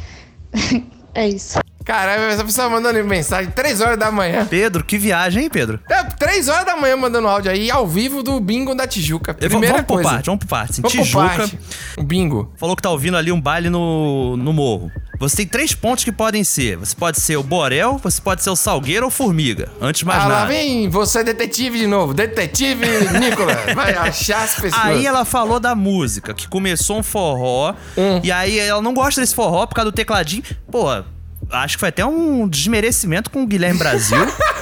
É isso. Caralho, essa pessoa mandando mensagem 3 horas da manhã. Pedro, que viagem, hein, Pedro? 3 horas da manhã mandando áudio aí, ao vivo do bingo da Tijuca. Vamos por parte. Tijuca, o bingo. Falou que tá ouvindo ali um baile no morro. Você tem 3 pontos que podem ser. Você pode ser o Borel, você pode ser o Salgueiro ou Formiga. Antes de mais nada. Lá vem você, detetive de novo. Detetive Nicolas. Vai achar as pessoas. Aí ela falou da música, que começou um forró. E aí ela não gosta desse forró por causa do tecladinho. Pô, acho que foi até um desmerecimento com o Guilherme Brasil.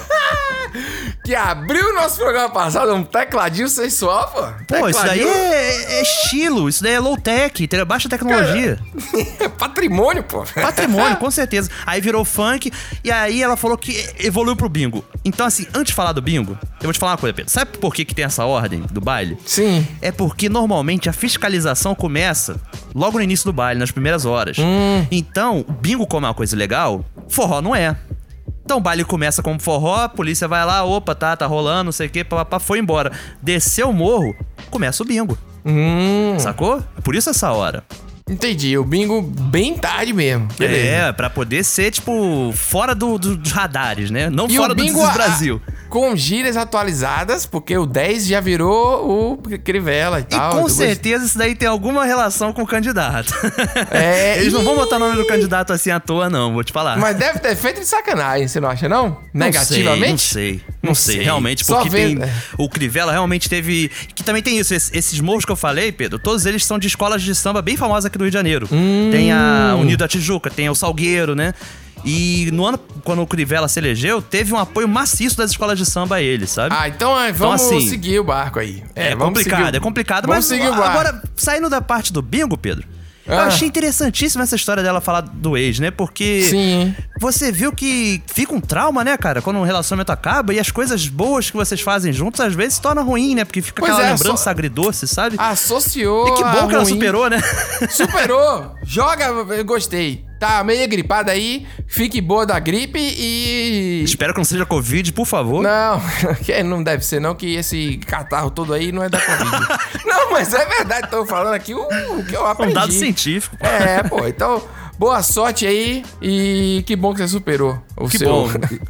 Que abriu o nosso programa passado, um tecladinho sensual, pô. Pô, isso daí é estilo, isso daí é low-tech, baixa tecnologia. Patrimônio, pô. Patrimônio, com certeza. Aí virou funk, e aí ela falou que evoluiu pro bingo. Então, assim, antes de falar do bingo, eu vou te falar uma coisa, Pedro. Sabe por que tem essa ordem do baile? Sim. É porque, normalmente, a fiscalização começa logo no início do baile, nas primeiras horas. Então, o bingo, como é uma coisa legal, forró não é. Então o baile começa como forró, a polícia vai lá, opa, tá rolando, não sei o que, papapá, foi embora. Desceu o morro, começa o bingo. Sacou? Por isso essa hora. Entendi, o bingo bem tarde mesmo. Beleza. Pra poder ser, tipo, fora dos radares, né? Não fora do This is Brasil. Com gírias atualizadas, porque o 10 já virou o Crivella e tal. E com certeza isso daí tem alguma relação com o candidato. É, Eles não vão botar o nome do candidato assim à toa, não, vou te falar. Mas deve ter feito de sacanagem, você não acha, não? Negativamente? Não sei, realmente, porque o Crivella realmente teve... Que também tem isso, esses morros que eu falei, Pedro, todos eles são de escolas de samba bem famosas aqui do Rio de Janeiro. Tem a Unido da Tijuca, tem o Salgueiro, né? E no ano, quando o Crivella se elegeu, teve um apoio maciço das escolas de samba a ele, sabe? Então vamos seguir o barco aí. É complicado, vamos seguir o barco. Agora, saindo da parte do bingo, Pedro, eu achei interessantíssima essa história dela falar do ex, né? Porque você viu que fica um trauma, né, cara? Quando um relacionamento acaba e as coisas boas que vocês fazem juntos, às vezes se torna ruim, né? Porque fica aquela lembrança agridoce, sabe? Associou. E que bom que ela superou, né? Superou! Joga, eu gostei. Tá meio gripada aí, fique boa da gripe e... Espero que não seja Covid, por favor. Não deve ser não, que esse catarro todo aí não é da Covid. Não, mas é verdade, tô falando aqui o que eu aprendi. Um dado científico. Então... Boa sorte aí e que bom que você superou o que seu... Bom.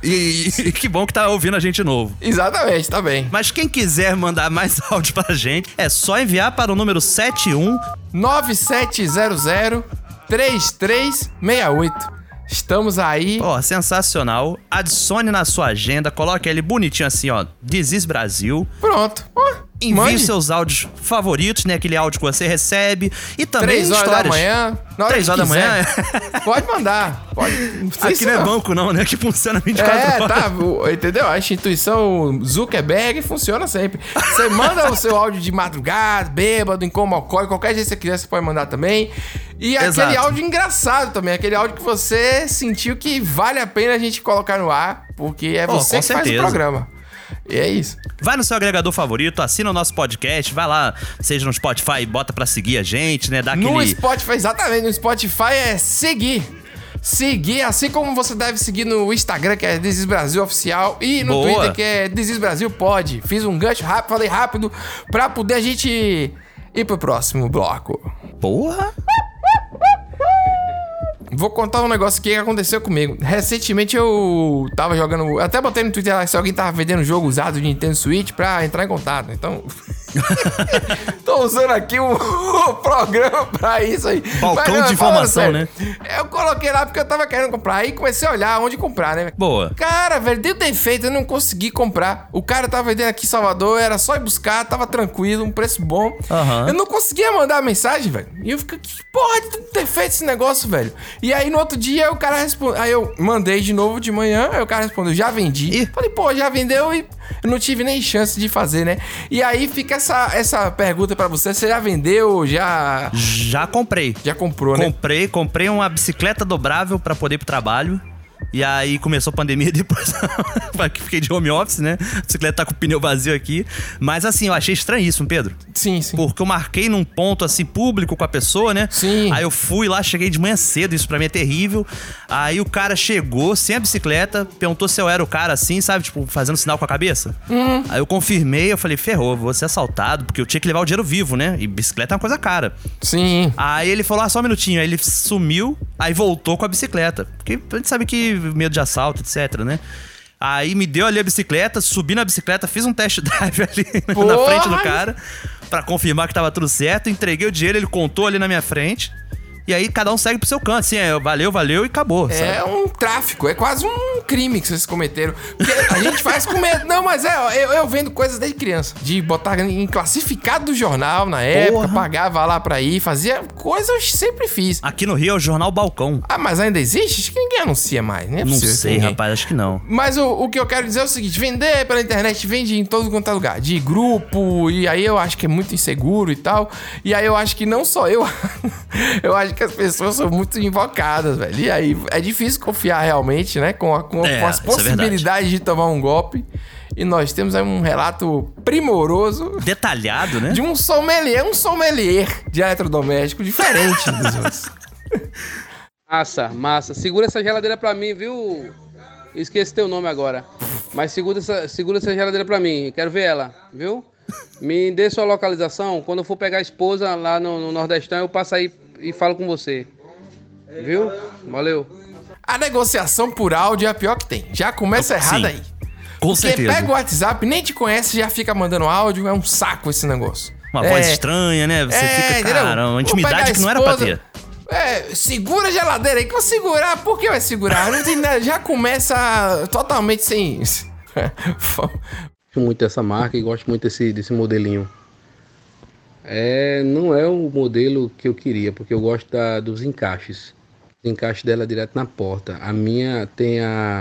E que bom que tá ouvindo a gente novo. Exatamente, tá bem. Mas quem quiser mandar mais áudio pra gente, é só enviar para o número 7197003368. Estamos aí. Sensacional. Adicione na sua agenda, coloque ele bonitinho assim, ó. This is Brasil. Pronto. Envie seus áudios favoritos, né? Aquele áudio que você recebe. E também 3 horas da manhã. 3 horas da manhã. Pode mandar. Pode. Aqui não é banco não, né? Que funciona 24 horas. Entendeu? A instituição Zuckerberg funciona sempre. Você manda o seu áudio de madrugada, bêbado, em coma alcoólico, qualquer jeito que você quiser, você pode mandar também. E aquele áudio engraçado também, aquele áudio que você sentiu que vale a pena a gente colocar no ar, porque é você que faz o programa. E é isso. Vai no seu agregador favorito, assina o nosso podcast, vai lá, seja no Spotify, bota pra seguir a gente, né? No Spotify, exatamente, no Spotify é seguir. Seguir, assim como você deve seguir no Instagram, que é This is Brasil Oficial, e no Twitter, que é This is Brasil Pod. Fiz um gancho rápido, falei rápido, pra poder a gente ir pro próximo bloco. Porra! Vou contar um negócio aqui que aconteceu comigo. Recentemente eu tava jogando... Até botei no Twitter lá se alguém tava vendendo jogo usado de Nintendo Switch pra entrar em contato. Então... Tô usando aqui o programa pra isso aí. Balcão de informação, né? Eu coloquei lá porque eu tava querendo comprar. Aí comecei a olhar onde comprar, né? Boa. Cara, velho, deu defeito, eu não consegui comprar. O cara tava vendendo aqui em Salvador, era só ir buscar, tava tranquilo, um preço bom. Aham. Eu não conseguia mandar a mensagem, velho. E eu fiquei, que porra de defeito esse negócio, velho? E aí no outro dia o cara respondeu. Aí eu mandei de novo de manhã, aí o cara respondeu, já vendi. Falei, pô, já vendeu e eu não tive nem chance de fazer, né? E aí fica essa pergunta pra você, você já vendeu, já... Já comprei. Já comprou, né? Comprei uma bicicleta dobrável pra poder ir pro trabalho. E aí começou a pandemia depois. Fiquei de home office, né? A bicicleta tá com o pneu vazio aqui. Mas assim, eu achei estranhíssimo, Pedro. Sim, sim. Porque eu marquei num ponto assim público com a pessoa, né? Sim. Aí eu fui lá, cheguei de manhã cedo, isso pra mim é terrível. Aí o cara chegou sem a bicicleta, perguntou se eu era o cara assim, sabe? Tipo, fazendo sinal com a cabeça. Aí eu confirmei, eu falei, ferrou, vou ser assaltado, porque eu tinha que levar o dinheiro vivo, né? E bicicleta é uma coisa cara. Sim. Aí ele falou, só um minutinho. Aí ele sumiu, aí voltou com a bicicleta. Porque a gente sabe que medo de assalto, etc, né? Aí me deu ali a bicicleta, subi na bicicleta, fiz um test drive ali na frente do cara pra confirmar que tava tudo certo, entreguei o dinheiro, ele contou ali na minha frente. E aí cada um segue pro seu canto, assim, valeu e acabou. É sabe? um tráfico, é quase um crime que vocês cometeram. Porque a gente faz com medo. Não, mas eu vendo coisas desde criança. De botar em classificado do jornal na época, pagava lá pra ir, fazia coisas eu sempre fiz. Aqui no Rio é o Jornal Balcão. Ah, mas ainda existe? Acho que ninguém anuncia mais, né? Não sei, rapaz, acho que não. Mas o que eu quero dizer é o seguinte, vender pela internet, vende em todo quanto é lugar. De grupo, e aí eu acho que é muito inseguro e tal. E aí eu acho que não só eu, eu acho que as pessoas são muito invocadas, velho. E aí é difícil confiar realmente, né? Com as possibilidades de tomar um golpe. E nós temos aí um relato primoroso. Detalhado, né? De um sommelier de eletrodoméstico diferente dos outros. Massa. Segura essa geladeira pra mim, viu? Eu esqueci teu nome agora. Mas segura essa geladeira pra mim. Quero ver ela, viu? Me dê sua localização. Quando eu for pegar a esposa lá no Nordestão, eu passo aí e falo com você. Viu? Valeu. A negociação por áudio é a pior que tem. Já começa errado aí. Com certeza. Porque pega o WhatsApp, nem te conhece, já fica mandando áudio. É um saco esse negócio. Uma voz estranha, né? Você fica, cara, uma intimidade que não era pra ter. Segura a geladeira aí. Que eu segurar, por que vai segurar? Não tem nada, já começa totalmente sem... Gosto muito dessa marca e gosto muito desse modelinho. Não é o modelo que eu queria, porque eu gosto dos encaixes. O encaixe dela é direto na porta. A minha tem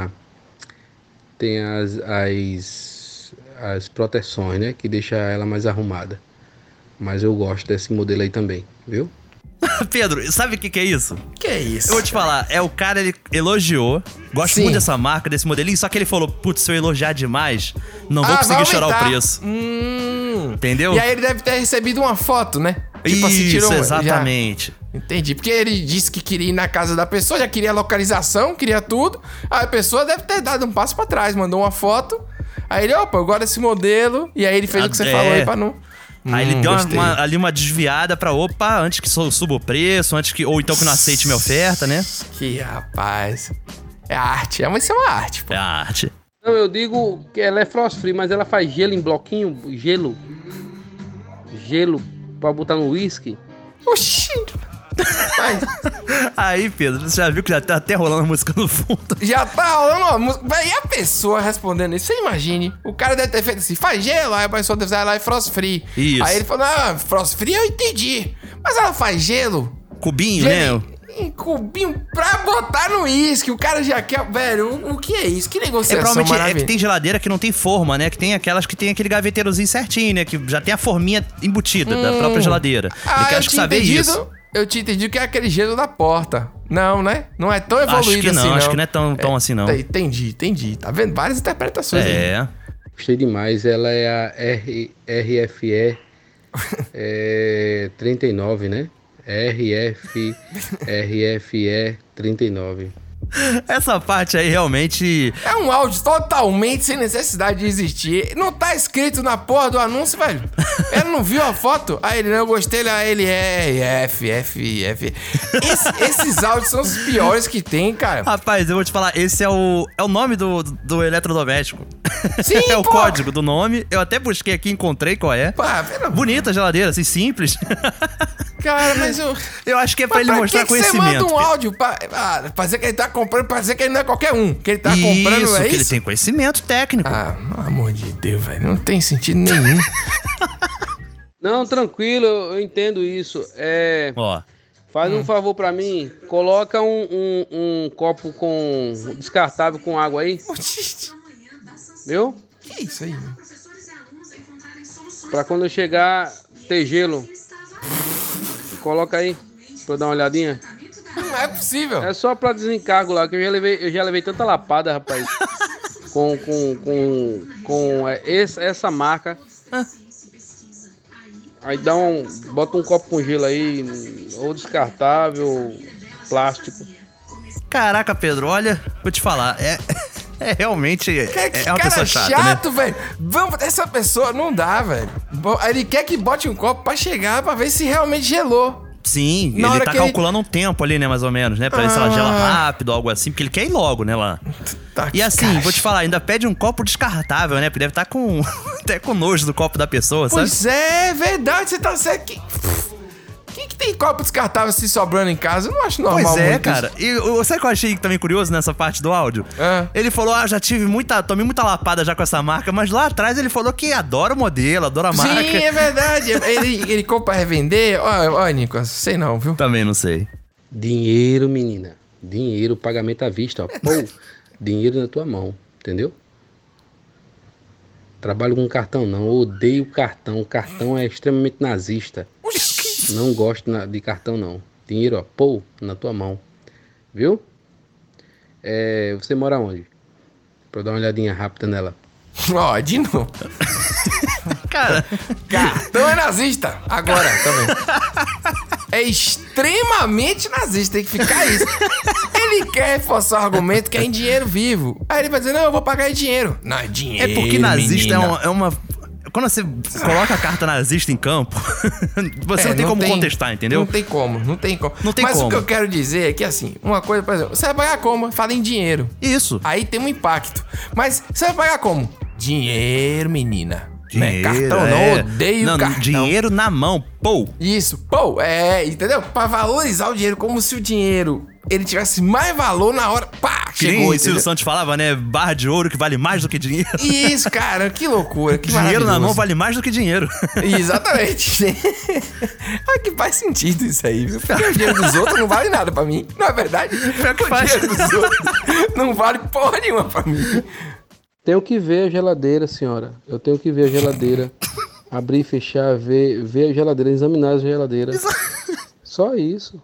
as proteções, né? Que deixa ela mais arrumada. Mas eu gosto desse modelo aí também, viu? Pedro, sabe o que é isso? Que é isso? Eu vou te falar, o cara, ele elogiou, gosto muito dessa marca, desse modelinho, só que ele falou, putz, se eu elogiar demais, não vou conseguir chorar o preço. Entendeu? E aí ele deve ter recebido uma foto, né? Tipo assim, tirou exatamente. Entendi, porque ele disse que queria ir na casa da pessoa, já queria a localização, queria tudo. Aí a pessoa deve ter dado um passo pra trás, mandou uma foto. Aí ele, opa, eu gosto desse modelo. E aí ele fez o que você falou aí pra não... Aí ele deu uma desviada pra, antes que suba o preço, ou então que não aceite minha oferta, né? Que rapaz. É arte, isso é uma arte, pô. É arte. Não, eu digo que ela é frost free, mas ela faz gelo em bloquinho, gelo pra botar no whisky. Oxi! Aí, Pedro, você já viu que já tá até rolando a música no fundo? Já tá rolando uma música. E a pessoa respondendo isso? Você imagine. O cara deve ter feito assim, faz gelo, aí a pessoa deve dizer, ela é frost free. Isso. Aí ele falou, frost free eu entendi. Mas ela faz gelo? Cubinho, né? Em cubinho pra botar no uísque. O cara já quer... Velho, o que é isso? Que negociação maravilhosa. É que tem geladeira que não tem forma, né? Que tem aquelas que tem aquele gaveteirozinho certinho, né? Que já tem a forminha embutida da própria geladeira. Ele acho que saber isso. Eu tinha entendido que é aquele gelo da porta. Não, né? Não é tão evoluído assim, não. Acho que não é tão assim, não. Entendi. Tá vendo? Várias interpretações aí. Gostei demais. Ela é a RFE 39, né? RFE 39. Essa parte aí realmente... É um áudio totalmente sem necessidade de existir. Não tá escrito na porra do anúncio, velho. Ele não viu a foto? Aí ele, não, eu gostei. Aí ele, F. Esses áudios são os piores que tem, cara. Rapaz, eu vou te falar, esse é o nome do eletrodoméstico. Sim, é o código do nome. Eu até busquei aqui, encontrei qual é. Bonita a geladeira, assim, simples. Cara, mas eu acho que é pra ele mostrar conhecimento. Você manda um áudio pra dizer que ele tá comprando, pra dizer que ele não é qualquer um. Que ele tá comprando, que ele tem conhecimento técnico. Pelo amor de Deus, velho. Não tem sentido nenhum. Não, tranquilo, eu entendo isso. Faz um favor pra mim, coloca um copo descartável com água aí. Viu? Que isso aí? Pra quando eu chegar, ter gelo. Coloca aí, pra eu dar uma olhadinha. Não é possível. É só pra desencargo lá, que eu já levei tanta lapada, rapaz. com essa marca. Aí bota um copo com gelo aí, ou descartável, plástico. Caraca, Pedro, olha, vou te falar, realmente é uma pessoa chata, chato, né? velho. Essa pessoa não dá, velho. Ele quer que bote um copo pra chegar, pra ver se realmente gelou. Sim, ele tá calculando um tempo ali, né, mais ou menos, né? Pra ver se ela gela rápido, algo assim, porque ele quer ir logo, né, lá. E assim, vou te falar, ainda pede um copo descartável, né? Porque deve estar até com nojo do copo da pessoa, sabe? Pois é, verdade, você tá certo. Quem que tem copo descartável se sobrando em casa? Eu não acho normal. Pois é, cara. E sabe o que eu achei também curioso nessa parte do áudio? Ele falou, já tomei muita lapada já com essa marca, mas lá atrás ele falou que adora o modelo, adora a marca. Sim, é verdade. ele compra pra revender. Ó, Nicolas, sei não, viu? Também não sei. Dinheiro, menina. Dinheiro, pagamento à vista, ó. Pô, dinheiro na tua mão, entendeu? Trabalho com cartão não, eu odeio cartão. Cartão é extremamente nazista. Não gosto de cartão não. Dinheiro, ó, pô, na tua mão. Viu? Você mora onde? Pra eu dar uma olhadinha rápida nela. Ó, de novo. Cara, cartão é nazista. Agora, também. É extremamente nazista, tem que ficar isso. Ele quer reforçar o argumento que é em dinheiro vivo. Aí ele vai dizer, não, eu vou pagar em dinheiro. Não, é dinheiro, é porque nazista é uma... Quando você coloca a carta nazista em campo, você não tem como contestar, entendeu? Não tem como. Mas o que eu quero dizer é que, assim, uma coisa, por exemplo, você vai pagar como? Fala em dinheiro. Isso. Aí tem um impacto. Mas você vai pagar como? Dinheiro, menina. Dinheiro, cartão não, odeio cartão. Dinheiro na mão, pô. Isso, pô, entendeu? Pra valorizar o dinheiro, como se o dinheiro, ele tivesse mais valor na hora, pá, chegou. E o Silvio Santos falava, né, barra de ouro que vale mais do que dinheiro. Isso, cara, que loucura, que dinheiro na mão vale mais do que dinheiro. Exatamente. Que faz sentido isso aí, viu? Porque o dinheiro dos outros não vale nada pra mim, não é verdade? O dinheiro dos outros não vale porra nenhuma pra mim. Tenho que ver a geladeira, senhora. Eu tenho que ver a geladeira. Abrir e fechar, ver a geladeira, examinar a geladeira. Só isso.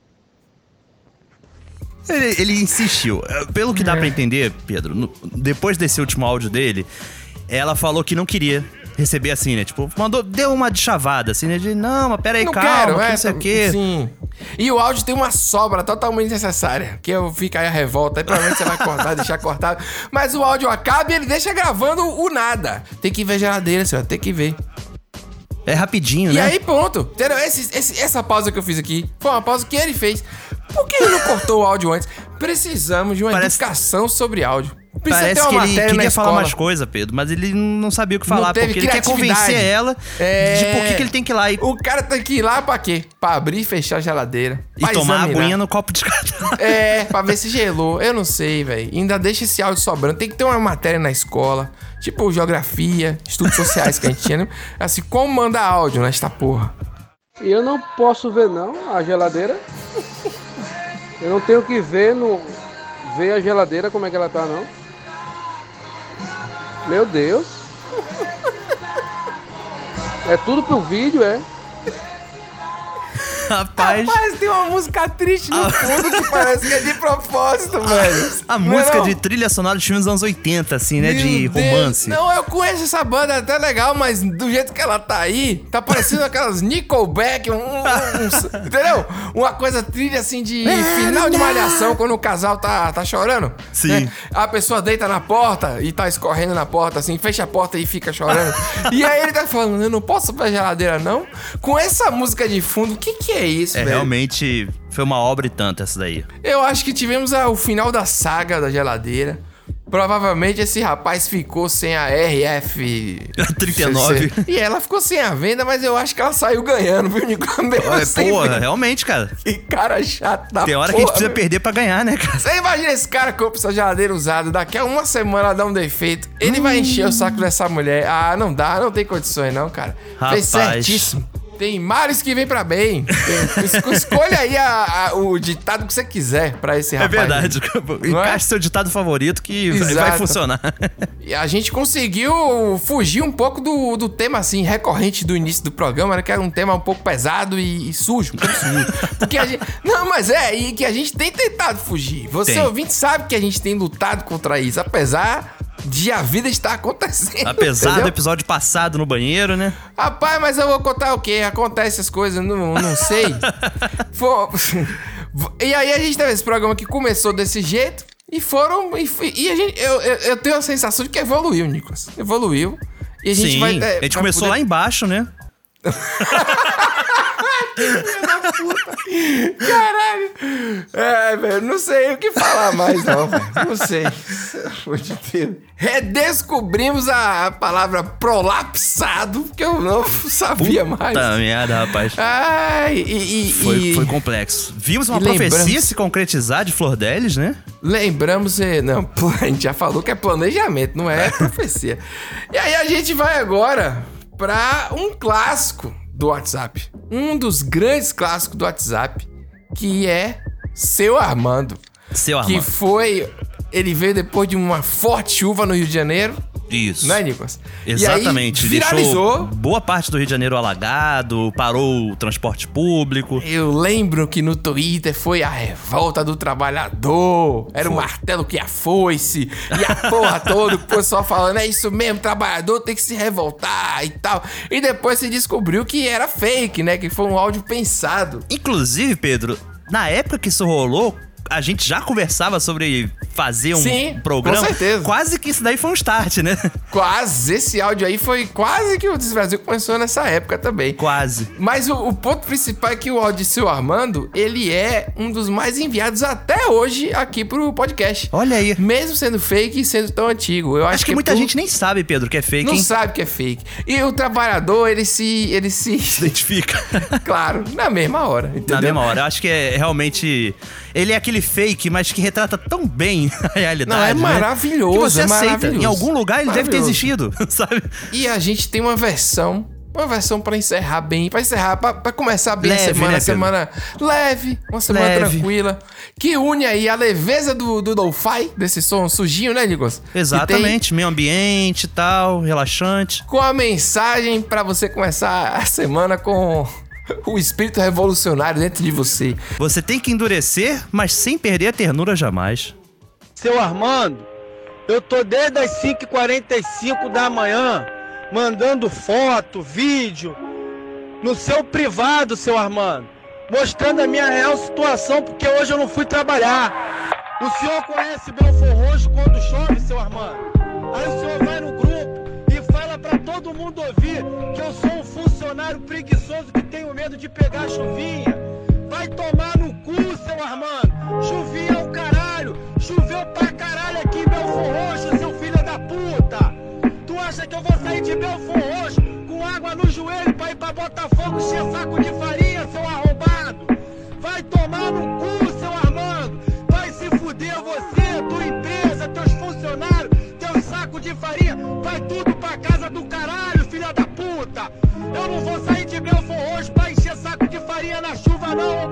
Ele insistiu. Pelo que dá pra entender, Pedro, depois desse último áudio dele, ela falou que não queria receber assim, né? Tipo, deu uma de chavada, assim, né? De, não, mas peraí, calma, que não sei o quê. Sim. E o áudio tem uma sobra totalmente necessária, que eu fico aí a revolta, aí provavelmente você vai cortar, deixar cortado. Mas o áudio acaba e ele deixa gravando o nada. Tem que ver a geladeira, senhor, tem que ver. É rapidinho, né? E aí, pronto. Entendeu? Essa pausa que eu fiz aqui foi uma pausa que ele fez. Por que ele não cortou o áudio antes? Precisamos de uma educação sobre áudio. Parece ter uma que ele queria falar mais coisa, Pedro, mas ele não sabia o que falar, porque ele quer convencer ela de por que ele tem que ir lá. O cara tem que ir lá pra quê? Pra abrir e fechar a geladeira. E tomar a aguinha no copo de cartão. Pra ver se gelou. Eu não sei, velho. Ainda deixa esse áudio sobrando. Tem que ter uma matéria na escola, tipo geografia, estudos sociais que a gente tinha, né? Assim, como mandar áudio nesta porra. E eu não posso ver, não, a geladeira. Eu não tenho que ver a geladeira como é que ela tá, não. Meu Deus. É tudo pro vídeo, é? Rapaz, tem uma música triste no fundo que parece que é de propósito, velho. A música de trilha sonora de filmes dos anos 80, assim, né? De romance. Não, eu conheço essa banda, é até legal, mas do jeito que ela tá aí, tá parecendo aquelas Nickelback, entendeu? Uma coisa trilha assim de final de malhação, quando o casal tá chorando. Sim. Né? A pessoa deita na porta e tá escorrendo na porta, assim, fecha a porta e fica chorando. E aí ele tá falando, eu não posso pra geladeira, não? Com essa música de fundo, o que é isso, velho? Realmente foi uma obra e tanto essa daí. Eu acho que tivemos o final da saga da geladeira. Provavelmente esse rapaz ficou sem a RF39. E ela ficou sem a venda, mas eu acho que ela saiu ganhando, viu, Nico? Porra, realmente, cara. Que cara chato da Tem hora que a gente precisa perder pra ganhar, né, cara? Você imagina esse cara que compra essa geladeira usada, daqui a uma semana ela dá um defeito, ele vai encher o saco dessa mulher. Ah, não dá, não tem condições não, cara. Fez certíssimo. Tem males que vem pra bem. Escolha aí o ditado que você quiser pra esse rapaz. É verdade. Encaixe seu ditado favorito que vai funcionar. E a gente conseguiu fugir um pouco do tema, assim, recorrente do início do programa, né? Que era um tema um pouco pesado e sujo. Porque a gente... Não, mas e que a gente tem tentado fugir. Você, ouvinte, sabe que a gente tem lutado contra isso, apesar de a vida estar acontecendo. Apesar entendeu? do episódio passado no banheiro, né? Rapaz, mas eu vou contar o quê? Acontece as coisas, não sei. E aí a gente teve esse programa que começou desse jeito e foram... E a gente, eu tenho a sensação de que evoluiu, Nicolas. Evoluiu. E a gente Sim, vai... a gente começou lá embaixo, né? Filho da puta. Caralho. Velho, não sei o que falar mais, não, velho. Não sei. Redescobrimos a palavra prolapsado, que eu não sabia mais. Puta merda, rapaz. Foi complexo. Vimos uma profecia se concretizar de Flor Delis, né? Lembramos... Não, a gente já falou que é planejamento, não é profecia. E aí a gente vai agora pra um clássico do WhatsApp. Um dos grandes clássicos do WhatsApp, que é Seu Armando. Seu Armando. Que foi... Ele veio depois de uma forte chuva no Rio de Janeiro. Isso. Né, Nicolas? Exatamente. E aí, viralizou. Deixou boa parte do Rio de Janeiro alagado, parou o transporte público. Eu lembro que no Twitter foi a revolta do trabalhador. Era o martelo que a foice. E a porra toda, o pessoal falando, é isso mesmo, trabalhador tem que se revoltar e tal. E depois se descobriu que era fake, né? Que foi um áudio pensado. Inclusive, Pedro, na época que isso rolou, a gente já conversava sobre fazer um programa. Com certeza. Quase que isso daí foi um start, né? Quase. Esse áudio aí foi quase que o Desis Brasil começou nessa época também. Quase. Mas o ponto principal é que o áudio de Seu Armando, ele é um dos mais enviados até hoje aqui pro podcast. Olha aí. Mesmo sendo fake e sendo tão antigo. Eu acho que muita gente nem sabe, Pedro, que é fake, Não hein? sabe que é fake. E o trabalhador, ele se identifica. Claro, na mesma hora, entendeu? Na mesma hora. Eu acho que é realmente... Ele é aquele fake, mas que retrata tão bem a realidade. Não, é maravilhoso, que você aceita. Maravilhoso. Em algum lugar ele deve ter existido, sabe? E a gente tem uma versão pra encerrar bem, pra começar bem leve, a semana, né, semana leve, uma semana tranquila, que une aí a leveza do lo-fi, desse som sujinho, né, Nicolas? Exatamente, meio ambiente e tal, relaxante. Com a mensagem pra você começar a semana com o espírito revolucionário dentro de você. Você tem que endurecer, mas sem perder a ternura jamais. Seu Armando, eu tô desde as 5h45 da manhã mandando foto, vídeo no seu privado, seu Armando, mostrando a minha real situação, porque hoje eu não fui trabalhar. O senhor conhece Belfor Roxo quando chove, seu Armando? Aí o senhor vai no grupo e fala pra todo mundo ouvir que eu sou um funcionário preguiçoso que tenho medo de pegar a chuvinha. Vai tomar no cu, seu Armando. Chuvinha é o caralho. Choveu pra caralho aqui em Belfor Roxo, seu filho da puta. Tu acha que eu vou sair de Belfor Roxo com água no joelho pra ir pra Botafogo encher saco de farinha, seu arrombado? Vai tomar no cu, seu Armando. Vai se fuder você, tua empresa, teus funcionários, teu saco de farinha. Vai tudo pra casa do caralho, filha da puta. Eu não vou sair de Belfor Roxo pra encher saco de farinha na chuva, não,